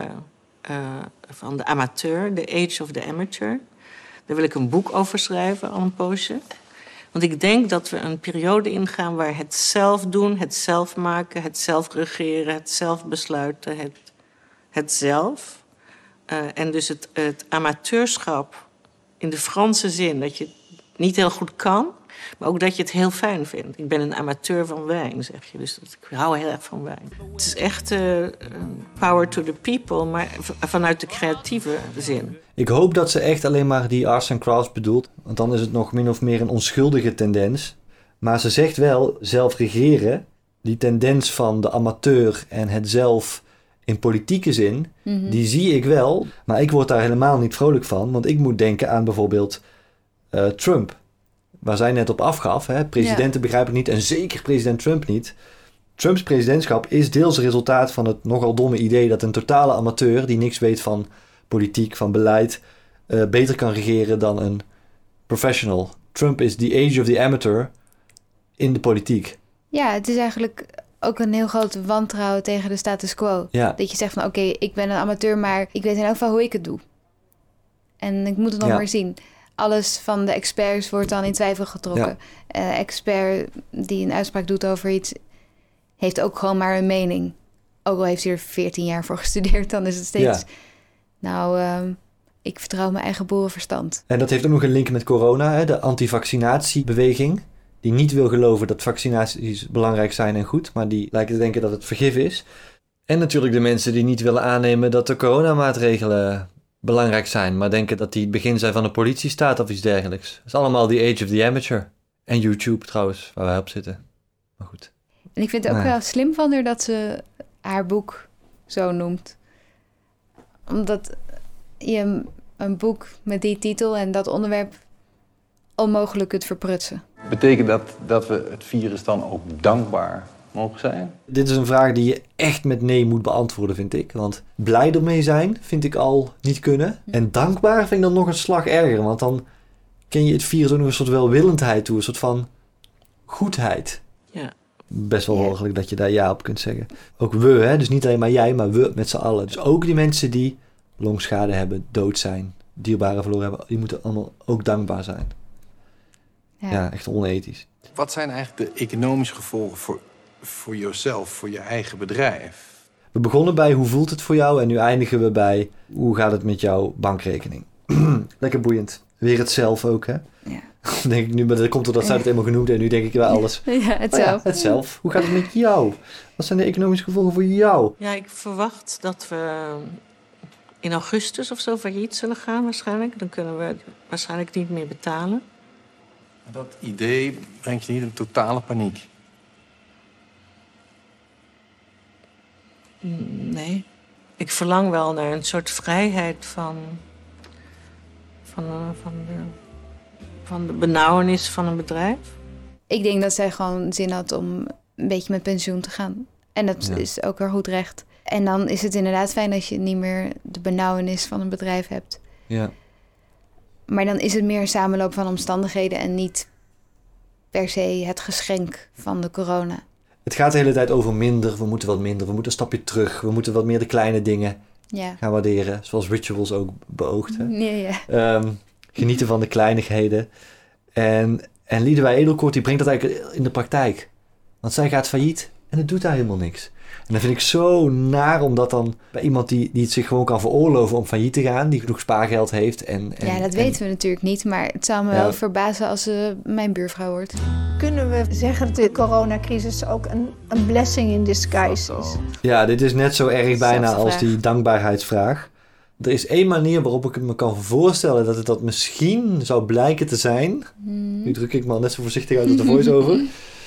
van de amateur, the age of the amateur. Daar wil ik een boek over schrijven, al een poosje. Want ik denk dat we een periode ingaan waar het zelf doen, het zelf maken, het zelf regeren, het zelf besluiten, het zelf. En dus het amateurschap in de Franse zin, dat je het niet heel goed kan, maar ook dat je het heel fijn vindt. Ik ben een amateur van wijn, zeg je. Dus ik hou heel erg van wijn. Het is echt power to the people, maar vanuit de creatieve zin. Ik hoop dat ze echt alleen maar die arts and crafts bedoelt. Want dan is het nog min of meer een onschuldige tendens. Maar ze zegt wel zelf regeren. Die tendens van de amateur en het zelf in politieke zin, die zie ik wel. Maar ik word daar helemaal niet vrolijk van. Want ik moet denken aan bijvoorbeeld Trump. Waar zij net op afgaf. Hè? Presidenten begrijpen het niet. En zeker president Trump niet. Trumps presidentschap is deels het resultaat van het nogal domme idee dat een totale amateur die niks weet van politiek, van beleid, beter kan regeren dan een professional. Trump is the age of the amateur in de politiek. Ja, het is eigenlijk ook een heel groot wantrouwen tegen de status quo. Ja. Dat je zegt van oké, ik ben een amateur, maar ik weet in elk geval hoe ik het doe. En ik moet het nog maar zien. Alles van de experts wordt dan in twijfel getrokken. Een expert die een uitspraak doet over iets, heeft ook gewoon maar een mening. Ook al heeft hij er 14 jaar voor gestudeerd, dan is het steeds... ik vertrouw mijn eigen boerenverstand. En dat heeft ook nog een link met corona, hè? De antivaccinatiebeweging. Die niet wil geloven dat vaccinaties belangrijk zijn en goed, maar die lijken te denken dat het vergif is. En natuurlijk de mensen die niet willen aannemen dat de coronamaatregelen belangrijk zijn, maar denken dat die het begin zijn van een politiestaat of iets dergelijks. Dat is allemaal the age of the amateur. En YouTube trouwens, waar wij op zitten. Maar goed. En ik vind het ook wel slim van haar dat ze haar boek zo noemt. Omdat je een boek met die titel en dat onderwerp onmogelijk kunt verprutsen. Betekent dat we het virus dan ook dankbaar mogen zijn? Dit is een vraag die je echt met nee moet beantwoorden, vind ik. Want blij ermee zijn vind ik al niet kunnen. En dankbaar vind ik dan nog een slag erger. Want dan ken je het virus ook nog een soort welwillendheid toe. Een soort van goedheid. Ja. Best wel mogelijk dat je daar ja op kunt zeggen. Ook we, hè? Dus niet alleen maar jij, maar we met z'n allen. Dus ook die mensen die longschade hebben, dood zijn, dierbaren verloren hebben, die moeten allemaal ook dankbaar zijn. Ja, echt onethisch. Wat zijn eigenlijk de economische gevolgen voor jezelf, voor je eigen bedrijf? We begonnen bij hoe voelt het voor jou en nu eindigen we bij hoe gaat het met jouw bankrekening. Lekker boeiend. Weer het zelf ook, hè? Ja. Denk ik nu, maar dat komt doordat zij het helemaal genoemd en nu denk ik wel alles. Ja, het zelf. Ja, het zelf. Hoe gaat het met jou? Wat zijn de economische gevolgen voor jou? Ja, ik verwacht dat we in augustus of zo failliet zullen gaan waarschijnlijk. Dan kunnen we waarschijnlijk niet meer betalen. Dat idee brengt je niet in totale paniek? Nee. Ik verlang wel naar een soort vrijheid van de benauwenis van een bedrijf. Ik denk dat zij gewoon zin had om een beetje met pensioen te gaan. En dat is ook haar goed recht. En dan is het inderdaad fijn dat je niet meer de benauwenis van een bedrijf hebt. Ja. Maar dan is het meer een samenloop van omstandigheden en niet per se het geschenk van de corona. Het gaat de hele tijd over minder, we moeten wat minder, we moeten een stapje terug, we moeten wat meer de kleine dingen gaan waarderen, zoals Rituals ook beoogt. Hè? Ja. Genieten van de kleinigheden. En Liedewij Edelkoort die brengt dat eigenlijk in de praktijk. Want zij gaat failliet en het doet daar helemaal niks. En dat vind ik zo naar, omdat dan bij iemand die het zich gewoon kan veroorloven om failliet te gaan, die genoeg spaargeld heeft. Ja, dat weten we natuurlijk niet, maar het zou me wel verbazen als ze mijn buurvrouw wordt. Kunnen we zeggen dat de coronacrisis ook een blessing in disguise is? Ja, dit is net zo erg bijna als die dankbaarheidsvraag. Er is één manier waarop ik me kan voorstellen dat het dat misschien zou blijken te zijn. Nu druk ik me al net zo voorzichtig uit als de voice-over.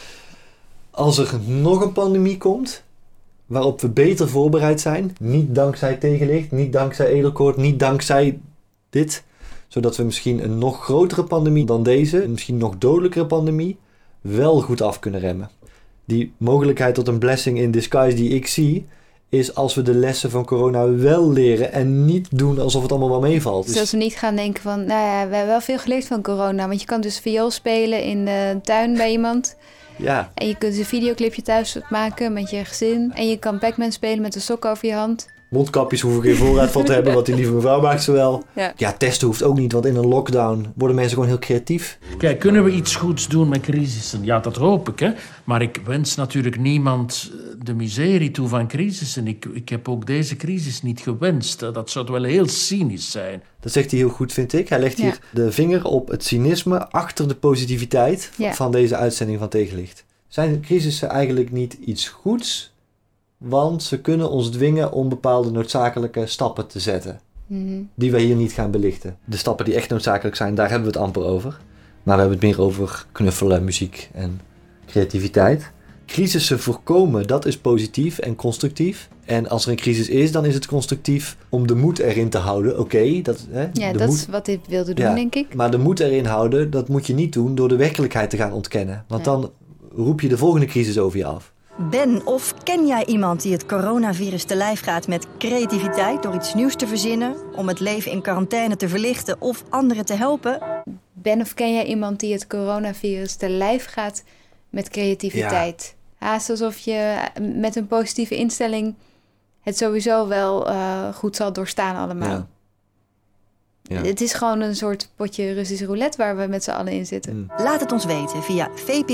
Als er nog een pandemie komt, waarop we beter voorbereid zijn. Niet dankzij tegenlicht, niet dankzij Edelkoort, niet dankzij dit. Zodat we misschien een nog grotere pandemie dan deze, een misschien nog dodelijkere pandemie, wel goed af kunnen remmen. Die mogelijkheid tot een blessing in disguise die ik zie, is als we de lessen van corona wel leren en niet doen alsof het allemaal wel meevalt. Dus als we niet gaan denken van, nou ja, we hebben wel veel geleerd van corona. Want je kan dus viool spelen in de tuin bij iemand. Ja. En je kunt een videoclipje thuis maken met je gezin. En je kan Pac-Man spelen met een sok over je hand. Mondkapjes hoef ik geen voorraad van te hebben, want die lieve mevrouw maakt ze wel. Ja, testen hoeft ook niet, want in een lockdown worden mensen gewoon heel creatief. Kijk, kunnen we iets goeds doen met crisissen? Ja, dat hoop ik, hè. Maar ik wens natuurlijk niemand de miserie toe van crisissen. Ik heb ook deze crisis niet gewenst. Dat zou wel heel cynisch zijn. Dat zegt hij heel goed, vind ik. Hij legt hier de vinger op het cynisme achter de positiviteit van deze uitzending van Tegenlicht. Zijn crisissen eigenlijk niet iets goeds? Want ze kunnen ons dwingen om bepaalde noodzakelijke stappen te zetten. Die we hier niet gaan belichten. De stappen die echt noodzakelijk zijn, daar hebben we het amper over. Maar we hebben het meer over knuffelen, muziek en creativiteit. crisissen voorkomen, dat is positief en constructief. En als er een crisis is, dan is het constructief om de moed erin te houden. Oké, dat is wat ik wilde doen, denk ik. Maar de moed erin houden, dat moet je niet doen door de werkelijkheid te gaan ontkennen. Want dan roep je de volgende crisis over je af. Ben of ken jij iemand die het coronavirus te lijf gaat met creativiteit door iets nieuws te verzinnen, om het leven in quarantaine te verlichten of anderen te helpen? Ben of ken jij iemand die het coronavirus te lijf gaat met creativiteit? Ja. Haast alsof je met een positieve instelling het sowieso wel goed zal doorstaan allemaal. Ja. Ja. Het is gewoon een soort potje Russisch roulette waar we met z'n allen in zitten. Laat het ons weten via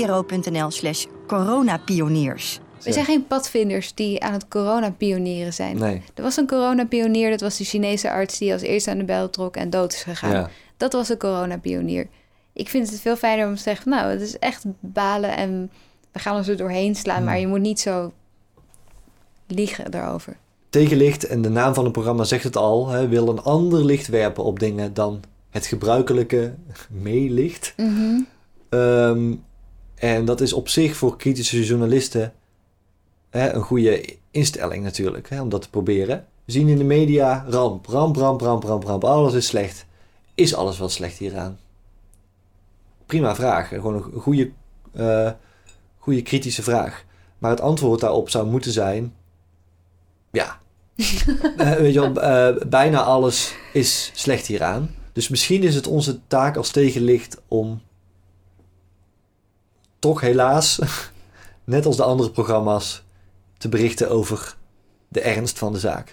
vpro.nl/coronapioniers. We zijn geen padvinders die aan het coronapionieren zijn. Nee. Er was een coronapionier, dat was de Chinese arts die als eerste aan de bel trok en dood is gegaan. Ja. Dat was een coronapionier. Ik vind het veel fijner om te zeggen, nou, het is echt balen en we gaan ons er doorheen slaan, maar je moet niet zo liegen daarover. Tegenlicht, en de naam van het programma zegt het al, wil een ander licht werpen op dingen dan het gebruikelijke meelicht. Mm-hmm. En dat is op zich voor kritische journalisten een goede instelling natuurlijk, om dat te proberen. We zien in de media ramp, alles is slecht. Is alles wel slecht hieraan? Prima vraag, gewoon een goede kritische vraag. Maar het antwoord daarop zou moeten zijn, ja. Weet je wel, bijna alles is slecht hieraan. Dus misschien is het onze taak als tegenlicht om toch helaas, net als de andere programma's, te berichten over de ernst van de zaak.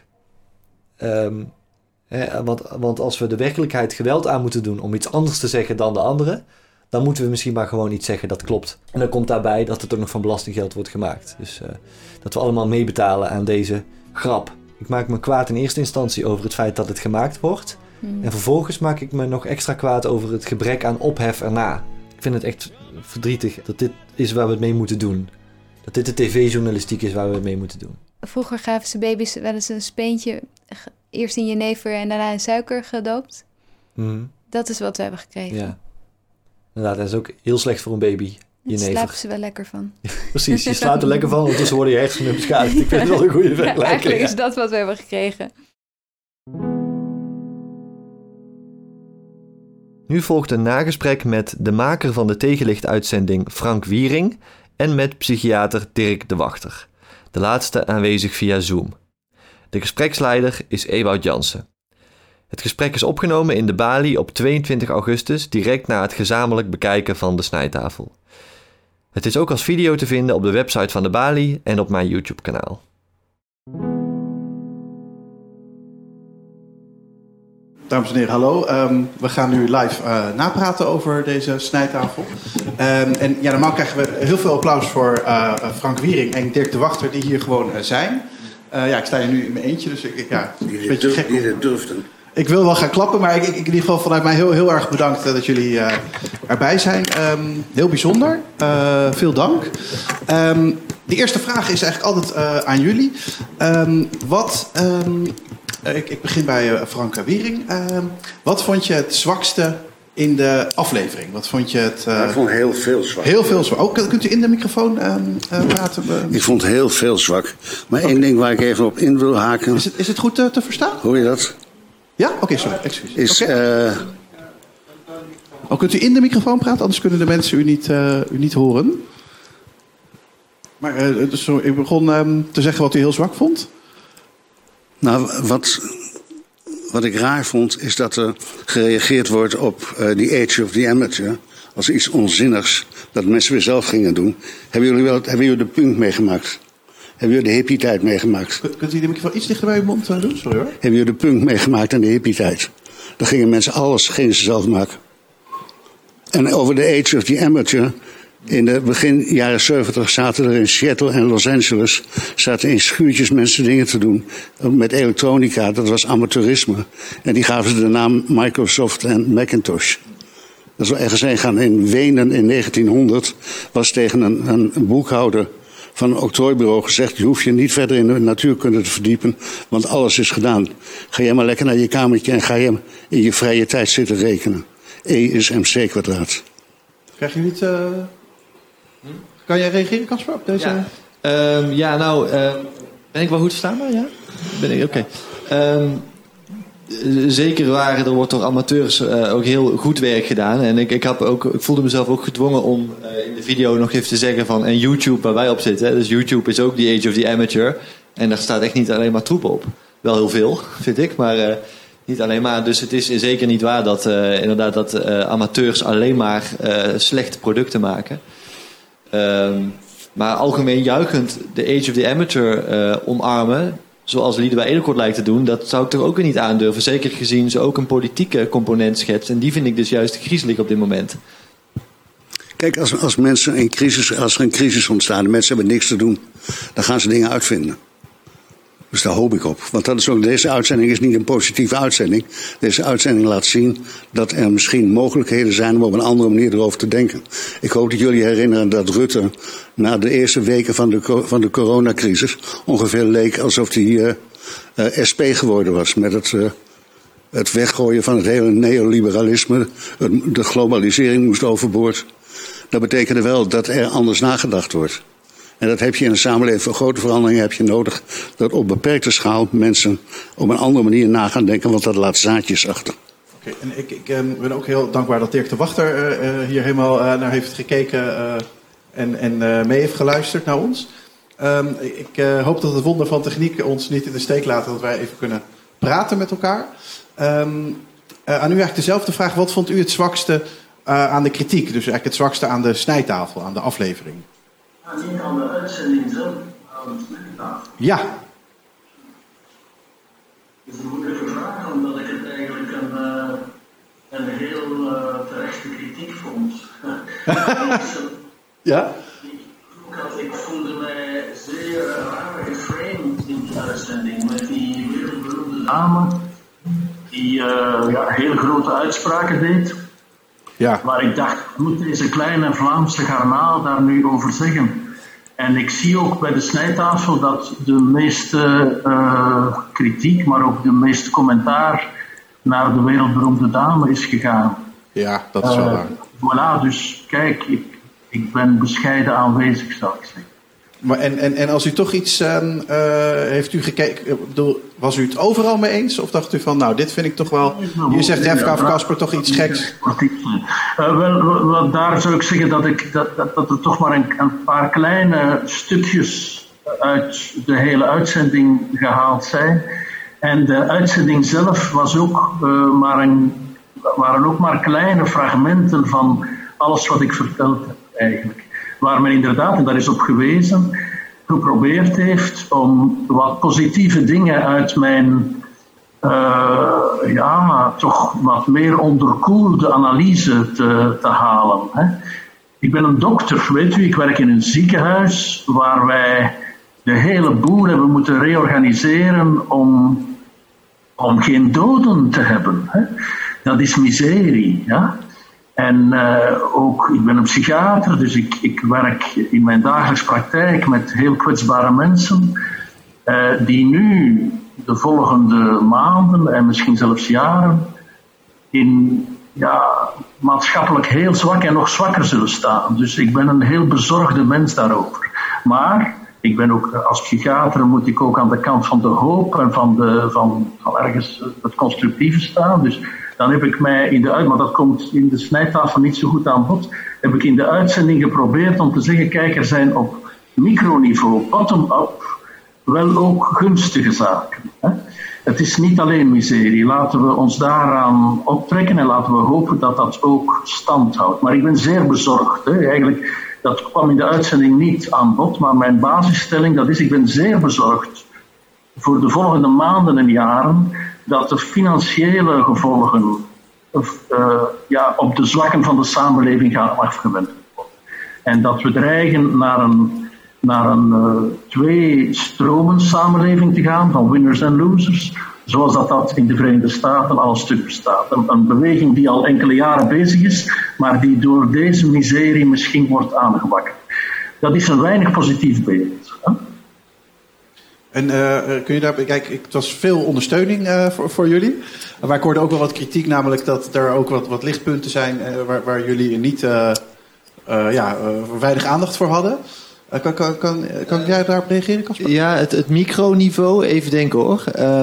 Want als we de werkelijkheid geweld aan moeten doen om iets anders te zeggen dan de anderen, dan moeten we misschien maar gewoon iets zeggen dat klopt. En dan komt daarbij dat het ook nog van belastinggeld wordt gemaakt. Dus dat we allemaal meebetalen aan deze grap. Ik maak me kwaad in eerste instantie over het feit dat het gemaakt wordt. En vervolgens maak ik me nog extra kwaad over het gebrek aan ophef erna. Ik vind het echt verdrietig dat dit is waar we het mee moeten doen. Dat dit de tv-journalistiek is waar we het mee moeten doen. Vroeger gaven ze baby's wel eens een speentje, eerst in jenever en daarna in suiker gedoopt. Dat is wat we hebben gekregen. Ja. Inderdaad, dat is ook heel slecht voor een baby. Daar slapen ze wel lekker van. Ja, precies, je slaapt er lekker van, ondertussen worden je hersenen beschadigd. Ik vind het wel een goede vergelijking. Ja, eigenlijk is dat wat we hebben gekregen. Nu volgt een nagesprek met de maker van de Tegenlicht-uitzending Frank Wiering en met psychiater Dirk de Wachter. De laatste aanwezig via Zoom. De gespreksleider is Ewout Jansen. Het gesprek is opgenomen in de Bali op 22 augustus, direct na het gezamenlijk bekijken van de snijtafel. Het is ook als video te vinden op de website van de Bali en op mijn YouTube-kanaal. Dames en heren, hallo. We gaan nu live napraten over deze snijtafel. En ja, normaal krijgen we heel veel applaus voor Frank Wiering en Dirk de Wachter, die hier gewoon zijn. Ja, ik sta hier nu in mijn eentje, dus een beetje gek. Die durfden. Ik wil wel gaan klappen, maar ik in ieder geval vanuit mij heel erg bedankt dat jullie erbij zijn. Heel bijzonder. Veel dank. De eerste vraag is eigenlijk altijd aan jullie. Ik begin bij Frank Wiering. Wat vond je het zwakste in de aflevering? Wat vond je het... Ik vond heel veel zwak. Heel veel zwak. Oh, kunt u in de microfoon praten? Ik vond heel veel zwak. Maar één ding waar ik even op in wil haken... Is het goed te verstaan? Hoor je dat? Ja? Oké, sorry. Excuus. Kunt u in de microfoon praten? Anders kunnen de mensen u niet horen. Maar ik begon te zeggen wat u heel zwak vond. Nou, wat ik raar vond, is dat er gereageerd wordt op The Age of the Amateur als iets onzinnigs dat mensen weer zelf gingen doen. Hebben jullie de punk meegemaakt? Hebben jullie de hippie-tijd meegemaakt? Kunt u de microfoon iets dichter bij uw mond doen? Sorry hoor. Hebben jullie de punk meegemaakt en de hippie-tijd? Dan gingen mensen alles gingen ze zelf maken. En over The Age of the Amateur... In de begin jaren 70 zaten er in Seattle en Los Angeles... zaten in schuurtjes mensen dingen te doen met elektronica. Dat was amateurisme. En die gaven ze de naam Microsoft en Macintosh. Dat is wel ergens heen gaan. In Wenen in 1900 was tegen een boekhouder van een octrooibureau gezegd... je hoeft je niet verder in de natuurkunde te verdiepen, want alles is gedaan. Ga jij maar lekker naar je kamertje en ga je in je vrije tijd zitten rekenen. E is mc². Krijg je niet... Kan jij reageren, Casper, op deze... Ben ik wel goed verstaanbaar? Ja? Ben ik? Oké. Zeker waar, er wordt door amateurs ook heel goed werk gedaan. En ik voelde mezelf ook gedwongen om in de video nog even te zeggen van... En YouTube, waar wij op zitten, dus YouTube is ook the age of the amateur. En daar staat echt niet alleen maar troep op. Wel heel veel, vind ik, maar niet alleen maar. Dus het is zeker niet waar dat amateurs alleen maar slechte producten maken. Maar algemeen juichend de age of the amateur omarmen... zoals Lieden bij Edelkort lijkt te doen... dat zou ik toch ook weer niet aandurven. Zeker gezien ze ook een politieke component schetst. En die vind ik dus juist griezelig op dit moment. Kijk, als mensen als er een crisis ontstaat... en mensen hebben niks te doen... dan gaan ze dingen uitvinden. Dus daar hoop ik op. Want dat is ook, deze uitzending is niet een positieve uitzending. Deze uitzending laat zien dat er misschien mogelijkheden zijn... om op een andere manier erover te denken. Ik hoop dat jullie herinneren dat Rutte... na de eerste weken van de coronacrisis... ongeveer leek alsof hij SP geworden was. Met het weggooien van het hele neoliberalisme. De globalisering moest overboord. Dat betekende wel dat er anders nagedacht wordt. En dat heb je in een samenleving. Voor grote veranderingen heb je nodig dat op beperkte schaal mensen op een andere manier na gaan denken, want dat laat zaadjes achter. Oké, en ik ben ook heel dankbaar dat Dirk de Wachter hier helemaal naar heeft gekeken en mee heeft geluisterd naar ons. Ik hoop dat het wonder van techniek ons niet in de steek laat, dat wij even kunnen praten met elkaar. Aan u eigenlijk dezelfde vraag. Wat vond u het zwakste aan de kritiek? Dus eigenlijk het zwakste aan de snijtafel, aan de aflevering? Niet aan de uitzending zelf, aan de snijtafel. Ja. Het is een moeilijke vraag, omdat ik het eigenlijk een heel terechte kritiek vond. Ja? Ik voelde mij zeer raar geframed in die uitzending met die wereldberoemde dame die hele grote uitspraken deed. Ja. Maar ik dacht, moet deze kleine Vlaamse garnaal daar nu over zeggen? En ik zie ook bij de snijtafel dat de meeste kritiek, maar ook de meeste commentaar naar de wereldberoemde dame is gegaan. Ja, dat is wel waar. Voilà, dus kijk, ik ben bescheiden aanwezig, zou ik zeggen. Maar en als u toch iets heeft u gekeken, was u het overal mee eens? Of dacht u van, nou, dit vind ik toch wel... Hier zegt Hefka of Casper toch iets geks? Wel, daar zou ik zeggen dat er toch maar een paar kleine stukjes uit de hele uitzending gehaald zijn. En de uitzending zelf was ook waren ook maar kleine fragmenten van alles wat ik verteld heb, eigenlijk. Waar men inderdaad, en daar is op gewezen, geprobeerd heeft om wat positieve dingen uit mijn toch wat meer onderkoelde analyse te halen. Hè. Ik ben een dokter, weet u, ik werk in een ziekenhuis waar wij de hele boel hebben moeten reorganiseren om geen doden te hebben. Hè. Dat is miserie, ja. En ook, ik ben een psychiater, dus ik werk in mijn dagelijkse praktijk met heel kwetsbare mensen die nu de volgende maanden en misschien zelfs jaren in maatschappelijk heel zwak en nog zwakker zullen staan. Dus ik ben een heel bezorgde mens daarover. Maar ik ben ook als psychiater moet ik ook aan de kant van de hoop en van ergens het constructieve staan. Dus dan heb ik mij maar dat komt in de snijtafel niet zo goed aan bod, heb ik in de uitzending geprobeerd om te zeggen, kijk, er zijn op microniveau, bottom-up, wel ook gunstige zaken. Hè? Het is niet alleen miserie. Laten we ons daaraan optrekken en laten we hopen dat dat ook stand houdt. Maar ik ben zeer bezorgd. Hè? Eigenlijk, dat kwam in de uitzending niet aan bod, maar mijn basisstelling, dat is, ik ben zeer bezorgd voor de volgende maanden en jaren, dat de financiële gevolgen op de zwakken van de samenleving gaan afgewend worden. En dat we dreigen naar een twee-stromen samenleving te gaan, van winners en losers, zoals dat in de Verenigde Staten al een stuk bestaat. Een beweging die al enkele jaren bezig is, maar die door deze miserie misschien wordt aangewakkerd. Dat is een weinig positief beeld. Hè? En kun je daar, kijk, het was veel ondersteuning voor jullie. Maar ik hoorde ook wel wat kritiek, namelijk dat er ook wat lichtpunten zijn waar jullie niet weinig aandacht voor hadden. Kan jij daarop reageren, Casper? Ja, het microniveau, even denken hoor.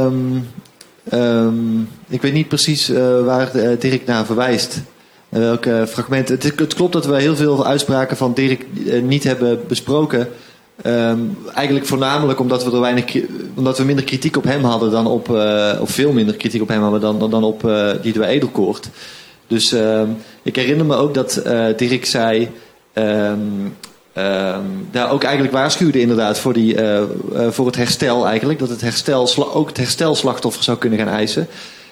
Ik weet niet precies waar Dirk naar verwijst. Welke fragmenten. Het klopt dat we heel veel uitspraken van Dirk niet hebben besproken. Eigenlijk voornamelijk omdat we minder kritiek op hem hadden dan op... of veel minder kritiek op hem hadden dan op Liedewij Edelkoort. Dus ik herinner me ook dat Dirk zei... ook eigenlijk waarschuwde inderdaad voor het herstel eigenlijk. Dat het herstel ook het herstelslachtoffer zou kunnen gaan eisen.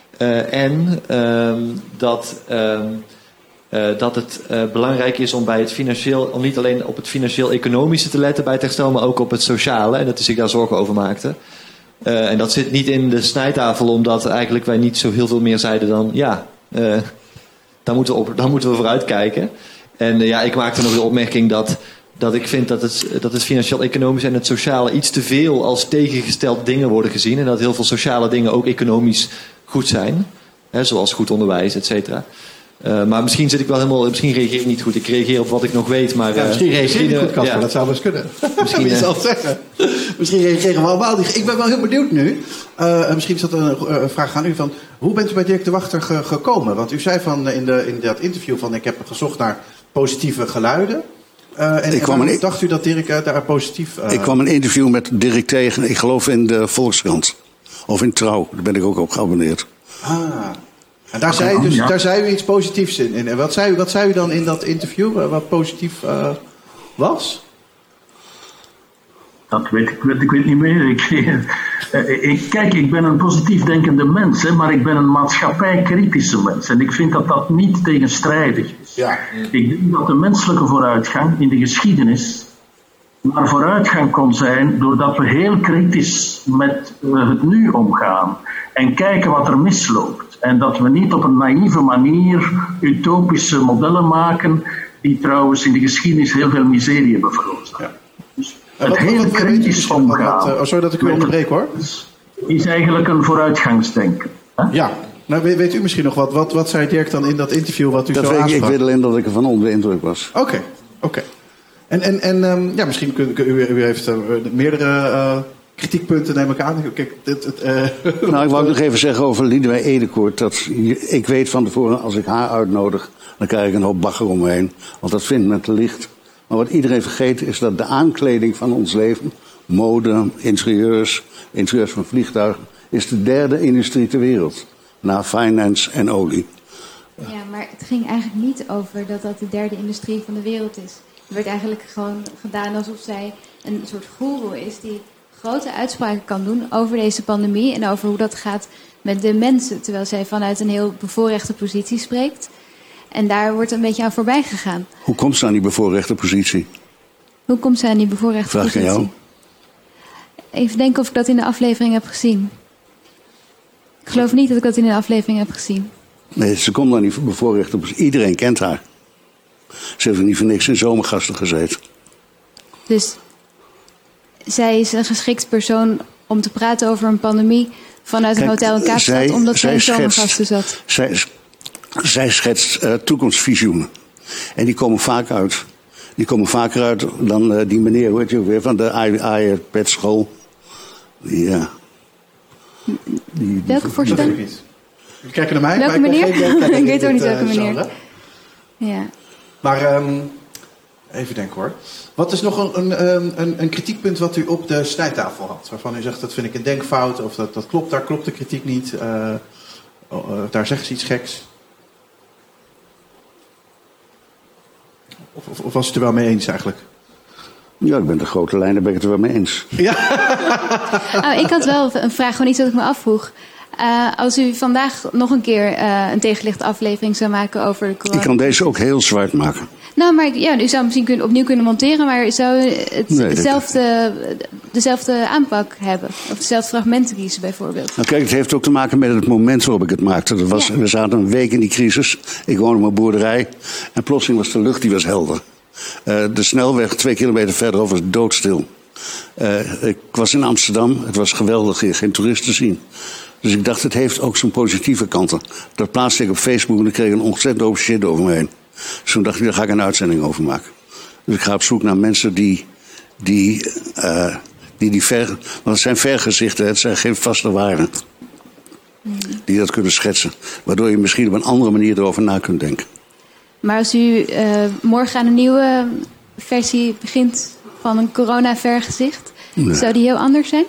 Dat het belangrijk is om om niet alleen op het financieel-economische te letten bij het herstel, maar ook op het sociale. En dat hij zich daar zorgen over maakte. En dat zit niet in de snijtafel, omdat eigenlijk wij niet zo heel veel meer zeiden dan... daar moeten we vooruit kijken. En ik maakte nog de opmerking dat ik vind dat het financieel-economisch en het sociale iets te veel als tegengesteld dingen worden gezien. En dat heel veel sociale dingen ook economisch goed zijn. Zoals goed onderwijs, et cetera. Maar misschien misschien reageer ik niet goed. Ik reageer op wat ik nog weet. Maar, misschien reageer je niet goed, Casper. Dat zou best kunnen. Misschien je zelf zeggen. Misschien reageren we allemaal niet. Ik ben wel heel benieuwd nu. Misschien is dat een vraag aan u. Van, hoe bent u bij Dirk de Wachter gekomen? Want u zei in dat interview van ik heb gezocht naar positieve geluiden. Dacht u dat Dirk daar positief... Ik kwam een interview met Dirk tegen, ik geloof in de Volkskrant. Of in Trouw, daar ben ik ook op geabonneerd. En daar zei u iets positiefs in. En wat zei u dan in dat interview wat positief was? Dat weet ik niet meer. Ik ben een positief denkende mens, maar ik ben een maatschappijkritische mens. En ik vind dat dat niet tegenstrijdig is. Ja. Ik denk dat de menselijke vooruitgang in de geschiedenis maar vooruitgang kon zijn doordat we heel kritisch met het nu omgaan. En kijken wat er misloopt. En dat we niet op een naïeve manier utopische modellen maken die trouwens in de geschiedenis heel veel miserie hebben veroorzaakt. Ja. Dus het heel kritisch omgaan. Sorry dat ik u onderbreek hoor. Is eigenlijk een vooruitgangsdenken. Hè? Ja. Nou, weet u misschien nog wat zei Dirk dan in dat interview wat u zo aansprak? Ik weet alleen dat ik ervan onder de indruk was. Oké. En misschien u heeft meerdere kritiekpunten, neem ik aan. Kijk, ik wou nog even zeggen over Liedewij Edelkoort. Dat ik weet van tevoren, als ik haar uitnodig, dan krijg ik een hoop bagger om me heen. Want dat vindt men te licht. Maar wat iedereen vergeet is dat de aankleding van ons leven, mode, interieurs van vliegtuigen, is de derde industrie ter wereld. Na finance en olie. Ja, maar het ging eigenlijk niet over dat de derde industrie van de wereld is. Er werd eigenlijk gewoon gedaan alsof zij een soort goeroe is die grote uitspraken kan doen over deze pandemie en over hoe dat gaat met de mensen, terwijl zij vanuit een heel bevoorrechte positie spreekt. En daar wordt een beetje aan voorbij gegaan. Hoe komt ze aan die bevoorrechte positie? Hoe komt ze aan die bevoorrechte positie? Vraag aan jou. Even denken of ik dat in de aflevering heb gezien. Ik geloof niet dat ik dat in de aflevering heb gezien. Nee, ze komt aan die bevoorrechte positie. Iedereen kent haar. Ze heeft er niet voor niks in Zomergasten gezeten. Dus zij is een geschikt persoon om te praten over een pandemie vanuit een hotel in Kaapstad, omdat zij in Zomergasten zat. Zij schetst toekomstvisioenen. En die komen vaak uit. Die komen vaker uit dan die meneer, hoe heet je ook weer, van de iPad school. Welke voorstelling? We kijken naar mij. Welke meneer? Ik weet ook niet welke meneer. Ja. Maar even denken hoor. Wat is nog een kritiekpunt wat u op de snijtafel had? Waarvan u zegt, dat vind ik een denkfout. Of dat klopt, daar klopt de kritiek niet. Daar zeggen ze iets geks. Of was u het er wel mee eens eigenlijk? Ja, ik ben de grote lijnen ben ik het er wel mee eens. Ja. Ik had wel een vraag, gewoon iets dat ik me afvroeg. Als u vandaag nog een keer een tegenlicht aflevering zou maken over de corona. Ik kan deze ook heel zwart maken. Nou, maar u zou misschien opnieuw kunnen monteren, maar zou dezelfde aanpak hebben? Of dezelfde fragmenten kiezen bijvoorbeeld? Nou kijk, het heeft ook te maken met het moment waarop ik het maakte. We zaten een week in die crisis. Ik woonde op een boerderij. En plotseling was de lucht die was helder. De snelweg 2 kilometer verderop was doodstil. Ik was in Amsterdam. Het was geweldig hier geen toeristen te zien. Dus ik dacht, het heeft ook zijn positieve kanten. Dat plaatste ik op Facebook en ik kreeg een ontzettend hoop shit over me heen. Dus toen dacht ik, daar ga ik een uitzending over maken. Dus ik ga op zoek naar mensen want het zijn vergezichten, het zijn geen vaste waarden. Die dat kunnen schetsen. Waardoor je misschien op een andere manier erover na kunt denken. Maar als u morgen aan een nieuwe versie begint van een corona-vergezicht, zou die heel anders zijn?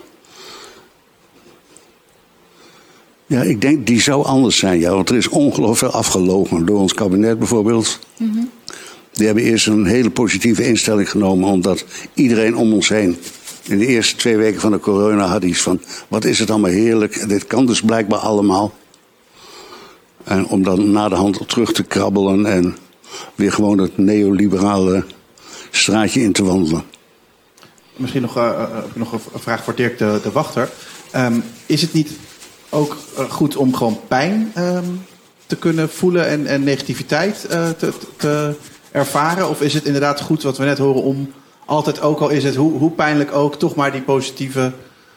Ja, ik denk die zou anders zijn, ja. Want er is ongelooflijk veel afgelogen door ons kabinet bijvoorbeeld. Mm-hmm. Die hebben eerst een hele positieve instelling genomen, omdat iedereen om ons heen in de eerste 2 weken van de corona had iets van, wat is het allemaal heerlijk. Dit kan dus blijkbaar allemaal. En om dan na de hand terug te krabbelen en weer gewoon het neoliberale straatje in te wandelen. Misschien nog een vraag voor Dirk de Wachter. Is het niet ook goed om gewoon pijn te kunnen voelen en negativiteit te ervaren? Of is het inderdaad goed wat we net horen om altijd, ook al is het hoe pijnlijk ook, toch maar die positieve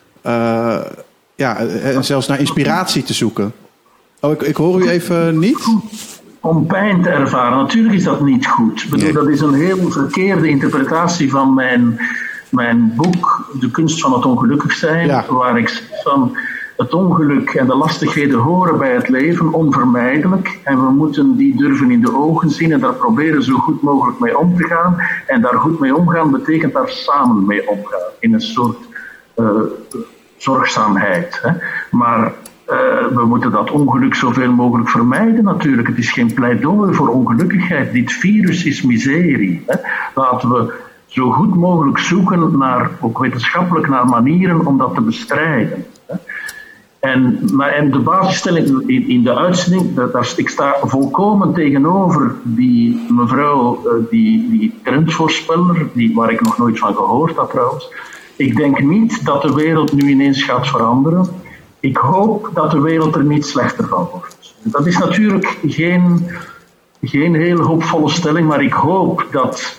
en zelfs naar inspiratie te zoeken? Oh, ik hoor u even niet. Om pijn te ervaren, natuurlijk is dat niet goed. Ik bedoel, dat is een heel verkeerde interpretatie van mijn boek De Kunst van het Ongelukkig Zijn, waar ik zeg van het ongeluk en de lastigheden horen bij het leven, onvermijdelijk. En we moeten die durven in de ogen zien en daar proberen zo goed mogelijk mee om te gaan. En daar goed mee omgaan betekent daar samen mee omgaan. In een soort zorgzaamheid. Hè. Maar we moeten dat ongeluk zoveel mogelijk vermijden natuurlijk. Het is geen pleidooi voor ongelukkigheid. Dit virus is miserie. Hè. Laten we zo goed mogelijk zoeken naar, ook wetenschappelijk, naar manieren om dat te bestrijden. Hè. En de basisstelling in de uitzending, ik sta volkomen tegenover die mevrouw, die trendvoorspeller, waar ik nog nooit van gehoord had trouwens. Ik denk niet dat de wereld nu ineens gaat veranderen. Ik hoop dat de wereld er niet slechter van wordt. Dat is natuurlijk geen hele hoopvolle stelling, maar ik hoop dat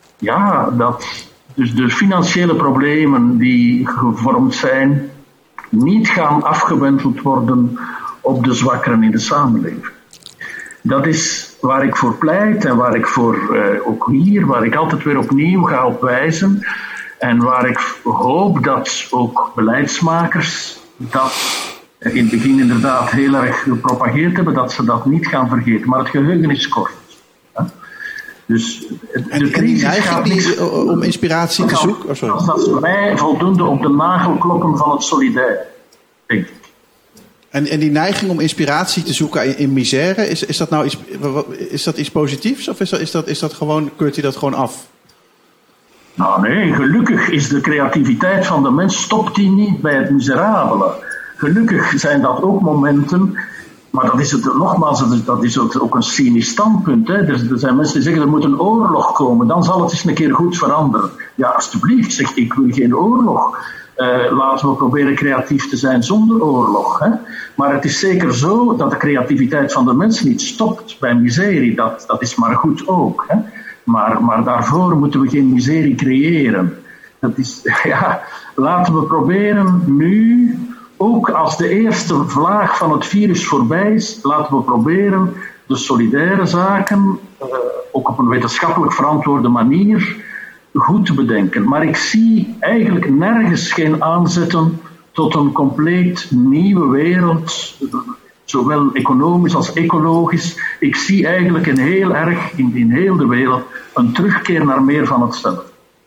dus de financiële problemen die gevormd zijn, niet gaan afgewenteld worden op de zwakkeren in de samenleving. Dat is waar ik voor pleit en waar ik waar ik altijd weer opnieuw ga op wijzen. En waar ik hoop dat ook beleidsmakers dat in het begin inderdaad heel erg gepropageerd hebben, dat ze dat niet gaan vergeten. Maar het geheugen is kort. Dus de crisis gaat niet om inspiratie te zoeken. Dat is mij voldoende op de nagel kloppen van het solidair, denk ik. En die neiging om inspiratie te zoeken in misère, is dat nou iets positiefs? Of is dat gewoon, keurt u dat gewoon af? Nou nee, gelukkig is de creativiteit van de mens, stopt die niet bij het miserabele. Gelukkig zijn dat ook momenten. Maar dat is het nogmaals, dat is ook een cynisch standpunt. Hè. Er zijn mensen die zeggen er moet een oorlog komen, dan zal het eens een keer goed veranderen. Ja, alsjeblieft, zeg ik wil geen oorlog. Laten we proberen creatief te zijn zonder oorlog. Hè. Maar het is zeker zo dat de creativiteit van de mens niet stopt bij miserie. Dat is maar goed ook. Hè. Maar daarvoor moeten we geen miserie creëren. Dat is, laten we proberen nu, ook als de eerste vlaag van het virus voorbij is, laten we proberen de solidaire zaken, ook op een wetenschappelijk verantwoorde manier, goed te bedenken. Maar ik zie eigenlijk nergens geen aanzetten tot een compleet nieuwe wereld, zowel economisch als ecologisch. Ik zie eigenlijk heel erg in heel de wereld een terugkeer naar meer van hetzelfde.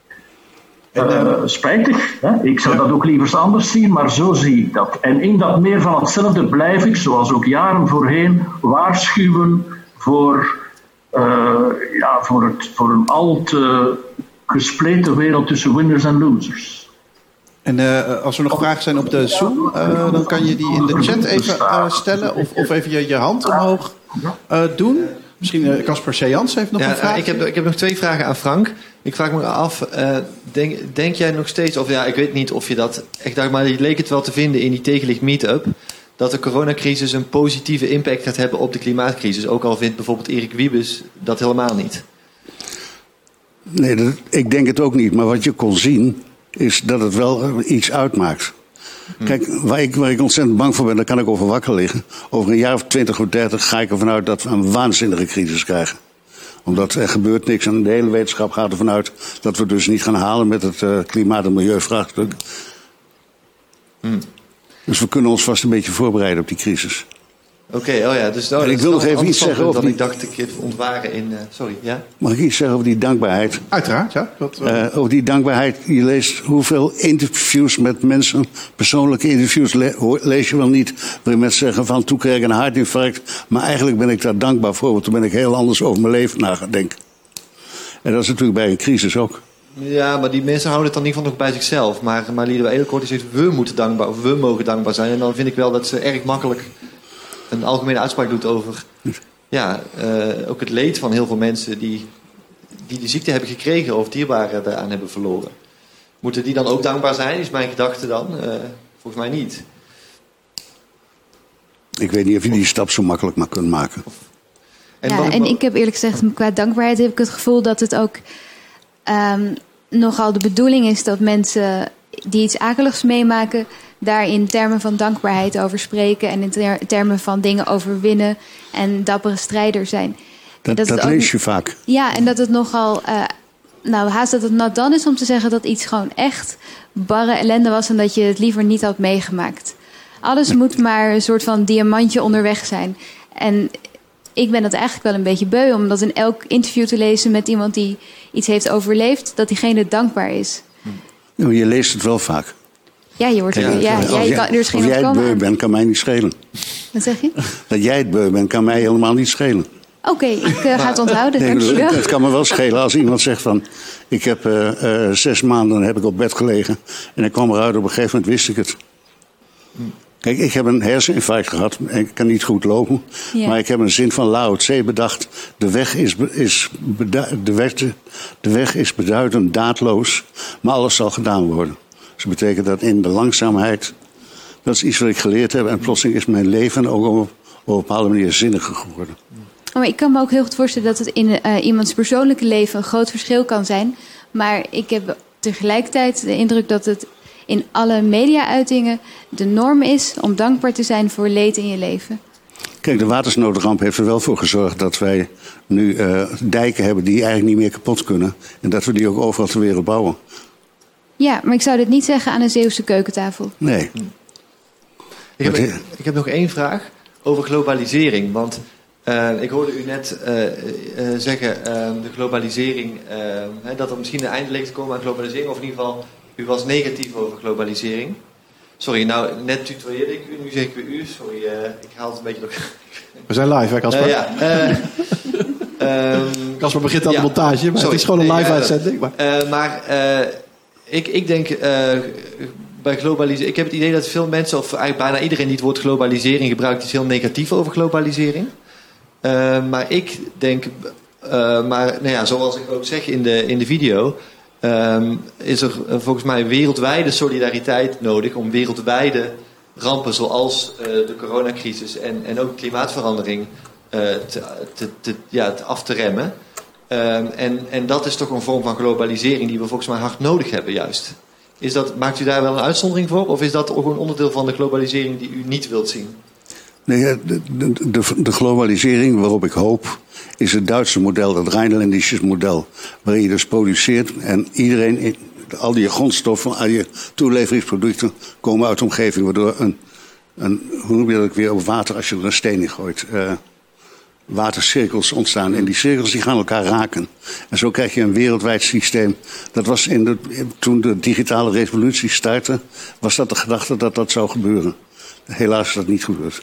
Spijtig, hè? Ik zou dat ook liever anders zien, maar zo zie ik dat. En in dat meer van hetzelfde blijf ik, zoals ook jaren voorheen, waarschuwen voor een al te gespleten wereld tussen winners en losers. En als er nog vragen zijn op de Zoom, dan kan je die in de chat even stellen of even je hand omhoog doen. Misschien Casper Sejans heeft nog een vraag. Ik heb nog 2 vragen aan Frank. Ik vraag me af, denk jij nog steeds, of ik weet niet of je dat echt dacht, maar je leek het wel te vinden in die Tegenlicht Meetup, dat de coronacrisis een positieve impact gaat hebben op de klimaatcrisis. Ook al vindt bijvoorbeeld Erik Wiebes dat helemaal niet. Nee, ik denk het ook niet. Maar wat je kon zien, is dat het wel iets uitmaakt. Kijk, waar ik ontzettend bang voor ben, daar kan ik over wakker liggen. Over een jaar of 20 of 30 ga ik ervan uit dat we een waanzinnige crisis krijgen. Omdat er gebeurt niks en de hele wetenschap gaat ervan uit dat we dus niet gaan halen met het klimaat- en milieuvraagstuk. Dus we kunnen ons vast een beetje voorbereiden op die crisis. Oké, dus ik wil nog even iets zeggen over die... Ik dacht ik even ontwaren in... sorry, ja? Mag ik iets zeggen over die dankbaarheid? Uiteraard, ja. Over die dankbaarheid. Je leest hoeveel interviews met mensen, persoonlijke interviews lees je wel niet. Waarin mensen zeggen van toen kreeg ik een hartinfarct. Maar eigenlijk ben ik daar dankbaar voor. Want toen ben ik heel anders over mijn leven na gaan denken. En dat is natuurlijk bij een crisis ook. Ja, maar die mensen houden het dan in ieder geval nog bij zichzelf. Maar Liedewij Edelkoort zegt we mogen dankbaar zijn. En dan vind ik wel dat ze erg makkelijk een algemene uitspraak doet over ook het leed van heel veel mensen die de ziekte hebben gekregen of dierbaren daaraan hebben verloren. Moeten die dan ook dankbaar zijn, is mijn gedachte dan? Volgens mij niet. Ik weet niet of je die stap zo makkelijk maar kunt maken. En ik heb eerlijk gezegd, qua dankbaarheid heb ik het gevoel dat het ook nogal de bedoeling is dat mensen die iets akeligs meemaken daar in termen van dankbaarheid over spreken en in termen van dingen overwinnen en dappere strijder zijn. Dat lees je vaak. Ja, en dat het nogal, haast dat het nat dan is om te zeggen dat iets gewoon echt barre ellende was en dat je het liever niet had meegemaakt. Alles moet maar een soort van diamantje onderweg zijn. En ik ben dat eigenlijk wel een beetje beu om dat in elk interview te lezen met iemand die iets heeft overleefd, dat diegene dankbaar is. Ja, maar je leest het wel vaak. Ja, je wordt er is geen of jij het beu aan. bent, kan mij niet schelen. Wat zeg je? Dat jij het beu bent, kan mij helemaal niet schelen. Oké, ik ga het onthouden. Dankjewel. Het kan me wel schelen als iemand zegt van... ik heb 6 maanden heb ik op bed gelegen en ik kwam eruit, op een gegeven moment wist ik het. Kijk, ik heb een herseninfarct gehad en ik kan niet goed lopen. Ja. Maar ik heb een zin van Lao Tse bedacht. De weg is beduidend daadloos, maar alles zal gedaan worden. Dus dat betekent dat in de langzaamheid... dat is iets wat ik geleerd heb en plotseling is mijn leven ook op een bepaalde manier zinniger geworden. Maar ik kan me ook heel goed voorstellen dat het in iemands persoonlijke leven een groot verschil kan zijn. Maar ik heb tegelijkertijd de indruk dat het in alle media-uitingen de norm is om dankbaar te zijn voor leed in je leven. Kijk, de watersnoodramp heeft er wel voor gezorgd dat wij nu dijken hebben die eigenlijk niet meer kapot kunnen. En dat we die ook overal ter wereld bouwen. Ja, maar ik zou dit niet zeggen aan een Zeeuwse keukentafel. Nee. Ik heb nog 1 vraag over globalisering. Want ik hoorde u net zeggen, de globalisering, dat er misschien een einde leek te komen aan globalisering. Of in ieder geval, u was negatief over globalisering. Sorry, nou, net tutoieerde ik u, nu zeg ik weer u. Sorry, ik haal het een beetje door. We zijn live, hè, Casper? Casper begint aan de montage, maar het is gewoon een live uitzending. Maar ik denk, bij globalisering... Ik heb het idee dat veel mensen, of eigenlijk bijna iedereen die het woord globalisering gebruikt, is heel negatief over globalisering. Maar ik denk, zoals ik ook zeg in de video, is er volgens mij wereldwijde solidariteit nodig om wereldwijde rampen zoals de coronacrisis en ook klimaatverandering af te remmen. En dat is toch een vorm van globalisering die we volgens mij hard nodig hebben juist. Maakt u daar wel een uitzondering voor? Of is dat ook een onderdeel van de globalisering die u niet wilt zien? Nee, de globalisering waarop ik hoop is het Duitse model, het Rijnländische model. Waarin je dus produceert en iedereen, al die grondstoffen, al je toeleveringsproducten komen uit de omgeving. Waardoor hoe noem je dat weer, op water als je er een steen in gooit. Watercirkels ontstaan en die cirkels die gaan elkaar raken. En zo krijg je een wereldwijd systeem. Dat was toen de digitale revolutie startte, was dat de gedachte dat dat zou gebeuren. Helaas is dat niet gebeurd.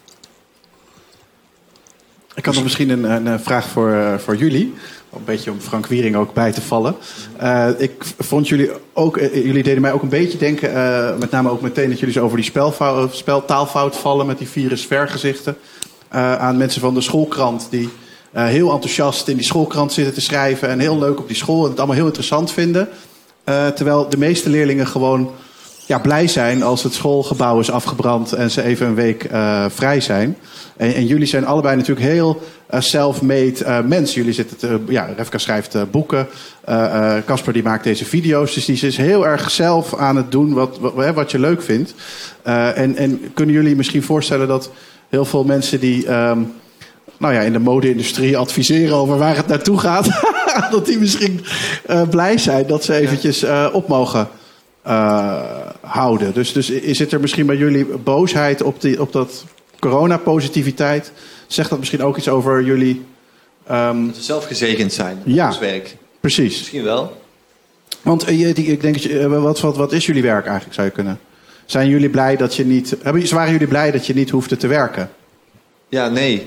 Ik had nog misschien een vraag voor jullie. Een beetje om Frank Wiering ook bij te vallen. Ik vond jullie deden mij ook een beetje denken, met name ook meteen dat jullie zo over die speltaalfout vallen met die virusvergezichten. Aan mensen van de schoolkrant die heel enthousiast in die schoolkrant zitten te schrijven en heel leuk op die school en het allemaal heel interessant vinden. Terwijl de meeste leerlingen gewoon blij zijn als het schoolgebouw is afgebrand en ze even een week vrij zijn. En jullie zijn allebei natuurlijk heel self-made mensen. Jullie zitten Refka schrijft boeken. Casper die maakt deze video's. Dus die is heel erg zelf aan het doen wat je leuk vindt. En kunnen jullie misschien voorstellen dat heel veel mensen die in de mode-industrie adviseren over waar het naartoe gaat. Dat die misschien blij zijn dat ze eventjes op mogen houden. Dus zit er misschien bij jullie boosheid op dat coronapositiviteit? Zegt dat misschien ook iets over jullie... dat ze zelf gezegend zijn met ons werk. Precies. Misschien wel. Want ik denk, wat is jullie werk eigenlijk, zou je kunnen... Zijn jullie blij dat je niet... Waren jullie blij dat je niet hoefde te werken? Ja, nee.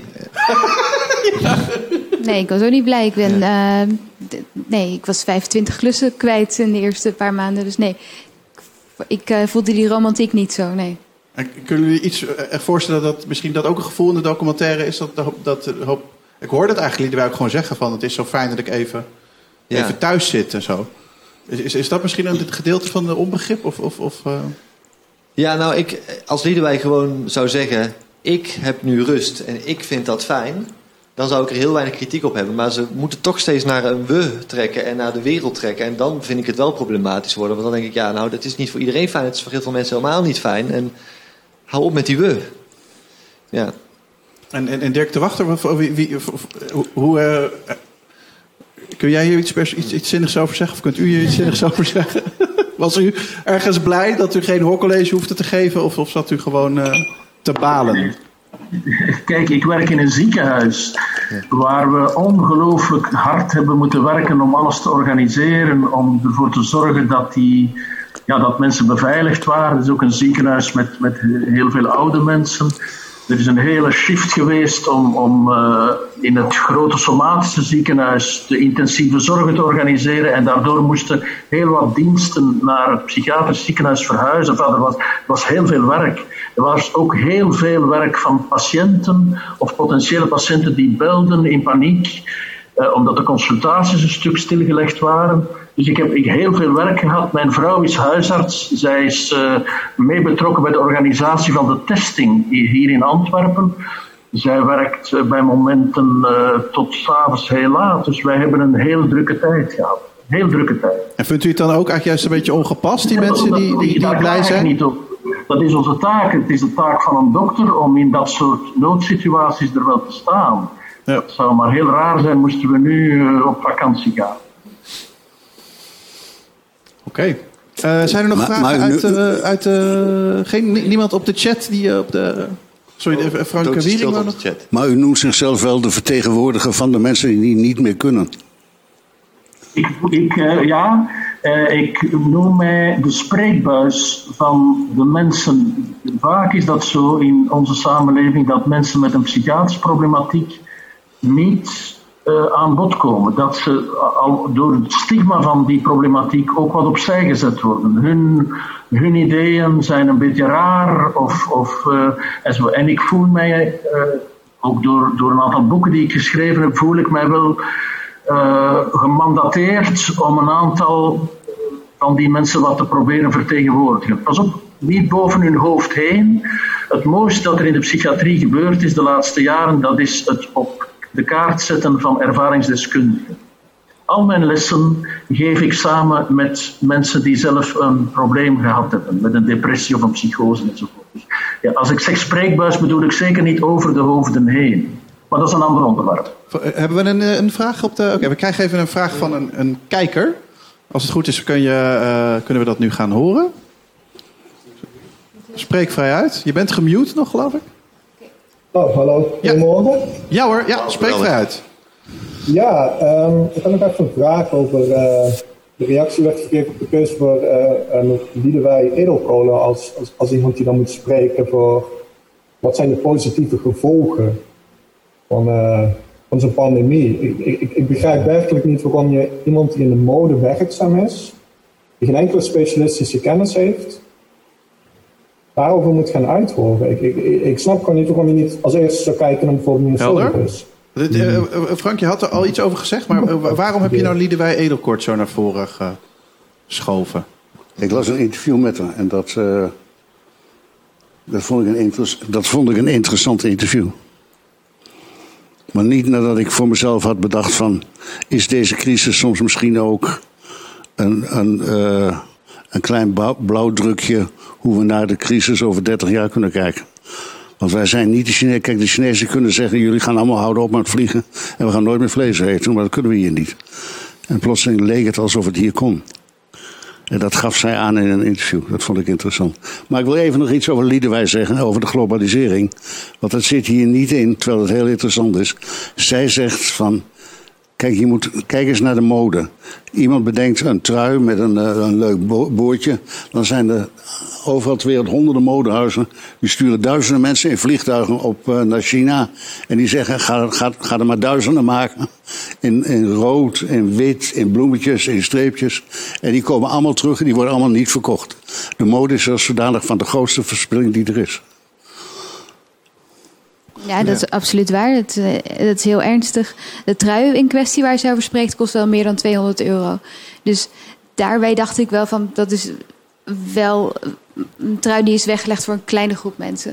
Nee, ik was ook niet blij. Ik was 25 klussen kwijt in de eerste paar maanden. Dus nee, ik voelde die romantiek niet zo, nee. En kunnen jullie iets voorstellen dat misschien dat ook een gevoel in de documentaire is? Ik hoorde het eigenlijk lieten wij ook gewoon zeggen van... het is zo fijn dat ik even thuis zit en zo. Is dat misschien een gedeelte van de onbegrip? Ja, nou, als Liedewij gewoon zou zeggen... ik heb nu rust en ik vind dat fijn... dan zou ik er heel weinig kritiek op hebben. Maar ze moeten toch steeds naar een we trekken en naar de wereld trekken. En dan vind ik het wel problematisch worden. Want dan denk ik, dat is niet voor iedereen fijn. Het is voor heel veel mensen helemaal niet fijn. En hou op met die we. Ja. En Dirk de Wachter, kun jij hier iets zinnigs over zeggen? Of kunt u hier iets zinnigs over zeggen? Was u ergens blij dat u geen hoorcollege hoefde te geven? Of zat u gewoon te balen? Kijk, ik werk in een ziekenhuis waar we ongelooflijk hard hebben moeten werken om alles te organiseren, om ervoor te zorgen dat mensen beveiligd waren. Het is ook een ziekenhuis met heel veel oude mensen. Er is een hele shift geweest om in het grote somatische ziekenhuis de intensieve zorg te organiseren. En daardoor moesten heel wat diensten naar het psychiatrisch ziekenhuis verhuizen. Er was heel veel werk. Er was ook heel veel werk van patiënten of potentiële patiënten die belden in paniek. Omdat de consultaties een stuk stilgelegd waren. Dus ik heb heel veel werk gehad. Mijn vrouw is huisarts. Zij is mee betrokken bij de organisatie van de testing hier in Antwerpen. Zij werkt bij momenten tot 's avonds heel laat. Dus wij hebben een heel drukke tijd gehad. Heel drukke tijd. En vindt u het dan ook eigenlijk juist een beetje ongepast, die mensen die blij zijn? Niet op. Dat is onze taak. Het is de taak van een dokter om in dat soort noodsituaties er wel te staan. Ja. Het zou maar heel raar zijn moesten we nu op vakantie gaan. Oké. Zijn er nog vragen uit niemand op de chat die op de... Sorry, Frank Wiering nog? Maar u noemt zichzelf wel de vertegenwoordiger van de mensen die niet meer kunnen. Ik noem mij de spreekbuis van de mensen. Vaak is dat zo in onze samenleving dat mensen met een psychiatrische problematiek niet aan bod komen. Dat ze al door het stigma van die problematiek ook wat opzij gezet worden. Hun ideeën zijn een beetje raar en ik voel mij, ook door een aantal boeken die ik geschreven heb, voel ik mij wel gemandateerd om een aantal van die mensen wat te proberen vertegenwoordigen. Pas op, niet boven hun hoofd heen. Het mooiste dat er in de psychiatrie gebeurd is de laatste jaren, dat is het op de kaart zetten van ervaringsdeskundigen. Al mijn lessen geef ik samen met mensen die zelf een probleem gehad hebben, met een depressie of een psychose enzovoort. Dus, als ik zeg spreekbuis bedoel ik zeker niet over de hoofden heen. Maar dat is een ander onderwerp. Hebben we een vraag op de... Oké, we krijgen even een vraag van een kijker. Als het goed is, kunnen we dat nu gaan horen. Spreek vrij uit. Je bent gemute nog, geloof ik. Oh, hallo. Goedemorgen. Ja hoor, spreek vrij uit. Ja, ik had nog even een vraag over... de reactie werd gegeven op de keuze voor Liedewij Edelkolen als iemand die dan moet spreken voor... Wat zijn de positieve gevolgen van zo'n pandemie? Ik begrijp werkelijk niet waarom je iemand die in de mode werkzaam is, die geen enkele specialistische kennis heeft, daarover moet gaan uithoren. Ik snap gewoon niet waarom je niet als eerste zou kijken naar bijvoorbeeld een focus. Frank, je had er al iets over gezegd, maar waarom heb je nou Liedewij Edelkoort zo naar voren geschoven? Ik las een interview met haar en dat vond ik een interessant interview. Maar niet nadat ik voor mezelf had bedacht van... is deze crisis soms misschien ook een klein blauwdrukje... hoe we naar de crisis over 30 jaar kunnen kijken. Want wij zijn niet de Chinezen. Kijk, de Chinezen kunnen zeggen, jullie gaan allemaal houden op met vliegen en we gaan nooit meer vlees eten, maar dat kunnen we hier niet. En plotseling leek het alsof het hier kon. En dat gaf zij aan in een interview. Dat vond ik interessant. Maar ik wil even nog iets over Liedewij zeggen, over de globalisering. Want dat zit hier niet in, terwijl het heel interessant is. Zij zegt van, kijk eens naar de mode. Iemand bedenkt een trui met een leuk boordje. Dan zijn er overal ter wereld honderden modehuizen. Die sturen duizenden mensen in vliegtuigen op naar China. En die zeggen, ga er maar duizenden maken. In rood, in wit, in bloemetjes, in streepjes. En die komen allemaal terug en die worden allemaal niet verkocht. De mode is als zodanig van de grootste verspilling die er is. Ja, dat is absoluut waar. Dat is heel ernstig. De trui in kwestie waar ze over spreekt kost wel meer dan €200. Dus daarbij dacht ik wel van, dat is wel een trui die is weggelegd voor een kleine groep mensen.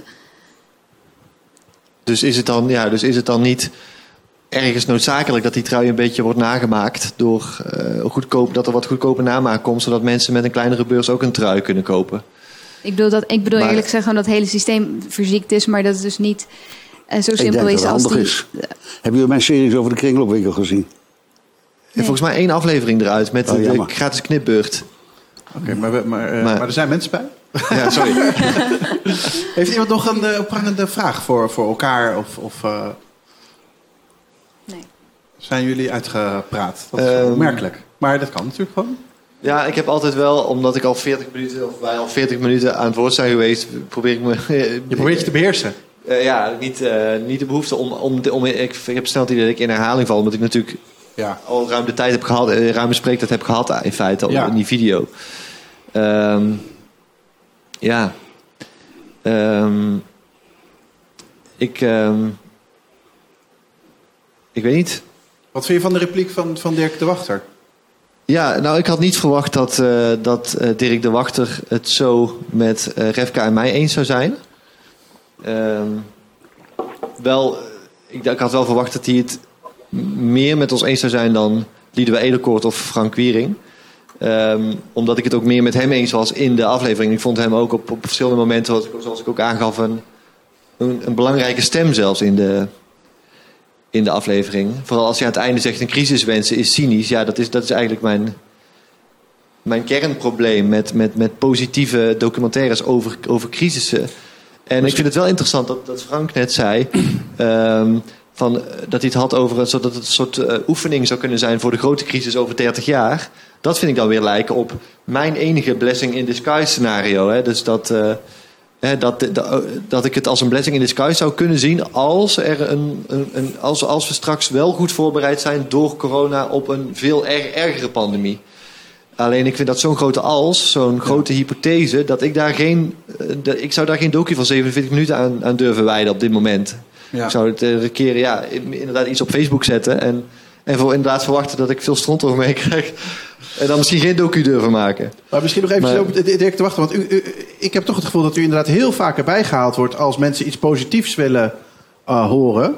Dus is het dan niet ergens noodzakelijk dat die trui een beetje wordt nagemaakt door dat er wat goedkope namaak komt, zodat mensen met een kleinere beurs ook een trui kunnen kopen? Ik bedoel eerlijk gezegd gewoon dat het hele systeem verziekt is, maar dat het dus niet zo simpel is als die. Hebben jullie mijn series over de kringloopwinkel gezien? Nee. Volgens mij 1 aflevering eruit met de gratis knipbeurt. Oké, maar er zijn mensen bij. Ja, sorry. Heeft iemand nog een prangende vraag voor elkaar? Nee. Zijn jullie uitgepraat? Dat is opmerkelijk. Maar dat kan natuurlijk gewoon. Ja, ik heb altijd wel, omdat ik wij al 40 minuten aan het woord zijn geweest, probeer ik me... Je probeert je te beheersen. Niet de behoefte om ik heb snel het idee dat ik in herhaling val, omdat ik natuurlijk al ruim de tijd heb gehad, ruime spreektijd heb gehad in feite al in die video. Ik weet niet. Wat vind je van de repliek van Dirk de Wachter? Ja, nou, ik had niet verwacht dat Dirk de Wachter het zo met Refka en mij eens zou zijn. Ik had wel verwacht dat hij het meer met ons eens zou zijn dan Liedewij Edelkoort of Frank Wiering. Omdat ik het ook meer met hem eens was in de aflevering. Ik vond hem ook op verschillende momenten, zoals ik ook aangaf, een belangrijke stem zelfs in de aflevering. Vooral als hij aan het einde zegt, een crisis wensen is cynisch. Ja, dat is eigenlijk mijn kernprobleem met positieve documentaires over crisissen. En ik vind het wel interessant dat Frank net zei dat hij het had over dat het een soort oefening zou kunnen zijn voor de grote crisis over 30 jaar. Dat vind ik dan weer lijken op mijn enige blessing in disguise scenario. Hè? Dus dat ik het als een blessing in disguise zou kunnen zien als als we straks wel goed voorbereid zijn door corona op een veel ergere pandemie. Alleen ik vind dat zo'n grote hypothese, dat ik zou daar geen docu van 47 minuten aan durven wijden op dit moment. Ja. Ik zou het een keer inderdaad iets op Facebook zetten en inderdaad verwachten dat ik veel stront over mee krijg. En dan misschien geen docu durven maken. Maar misschien nog even op Dirk te wachten. Want ik heb toch het gevoel dat u inderdaad heel vaak erbij gehaald wordt als mensen iets positiefs willen horen.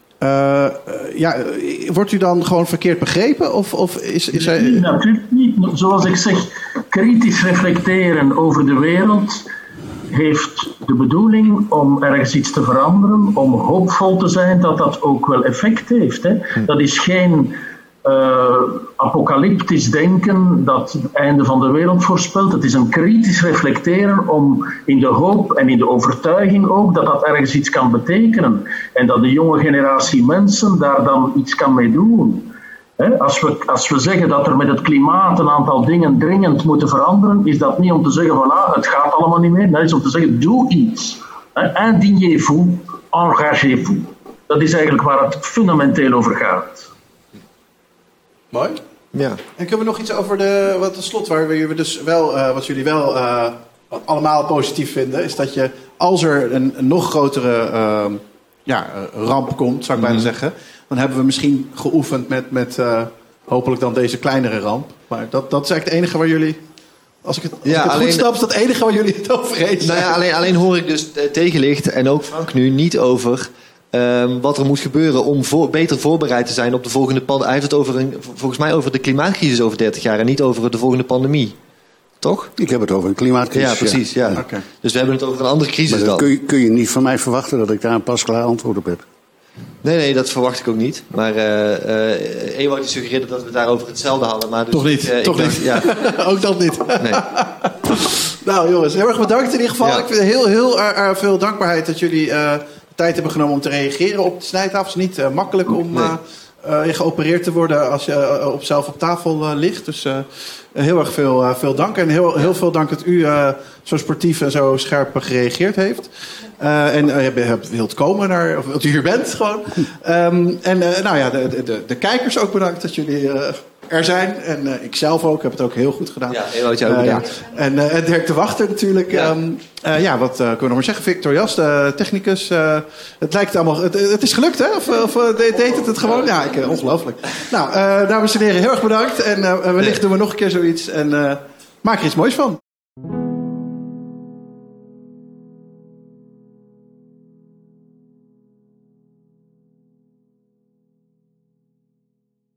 Wordt u dan gewoon verkeerd begrepen? Of is hij... Nee, natuurlijk niet. Zoals ik zeg, kritisch reflecteren over de wereld heeft de bedoeling om ergens iets te veranderen, om hoopvol te zijn dat dat ook wel effect heeft. Hè? Dat is geen apocalyptisch denken dat het einde van de wereld voorspelt. Het is een kritisch reflecteren om in de hoop en in de overtuiging ook dat ergens iets kan betekenen. En dat de jonge generatie mensen daar dan iets kan mee doen. Als we zeggen dat er met het klimaat een aantal dingen dringend moeten veranderen, is dat niet om te zeggen van het gaat allemaal niet meer. Dat is om te zeggen, doe iets. Indignez-vous, engagez-vous. Dat is eigenlijk waar het fundamenteel over gaat. Mooi. Ja. En kunnen we nog iets over de slot, waar we dus wel, wat jullie wel allemaal positief vinden, is dat je, als er een nog grotere ramp komt, zou ik bijna zeggen, dan hebben we misschien geoefend met hopelijk dan deze kleinere ramp. Maar dat is eigenlijk het enige waar jullie, als ik het goed snap, is dat het enige waar jullie het over eens zijn. Nou ja, alleen hoor ik dus tegenlicht, en ook Frank nu, niet over wat er moet gebeuren om beter voorbereid te zijn op de volgende pandemie. Hij heeft het volgens mij over de klimaatcrisis over 30 jaar en niet over de volgende pandemie. Toch? Ik heb het over een klimaatcrisis. Ja, precies. Ja. Okay. Dus we hebben het over een andere crisis maar dan. Kun je niet van mij verwachten dat ik daar een pasklaar antwoord op heb. Nee, dat verwacht ik ook niet. Maar Ewout suggereerde dat we het daar over hetzelfde hadden. Maar dus toch niet, toch niet. Ja. Ook dat niet. Nee. Nou jongens, heel erg bedankt in ieder geval. Ja. Ik vind heel veel dankbaarheid dat jullie de tijd hebben genomen om te reageren op de snijtafel. Het is niet makkelijk om geopereerd te worden als je zelf op tafel ligt. Dus heel erg veel dank. En heel veel dank dat u zo sportief en zo scherp gereageerd heeft. En wilt komen naar, of dat u hier bent gewoon. De kijkers ook bedankt dat jullie er zijn. En ik zelf ook, heb het ook heel goed gedaan. Ja, Ewout, jou ook bedankt. En Dirk de Wachter natuurlijk. Ja. Wat kunnen we nog maar zeggen? Victor Jas, de technicus. Het lijkt allemaal... Het is gelukt, hè? Of deed het gewoon? Ja, ongelooflijk. Nou, dames en heren, heel erg bedankt. En wellicht doen we nog een keer zoiets. En maak er iets moois van.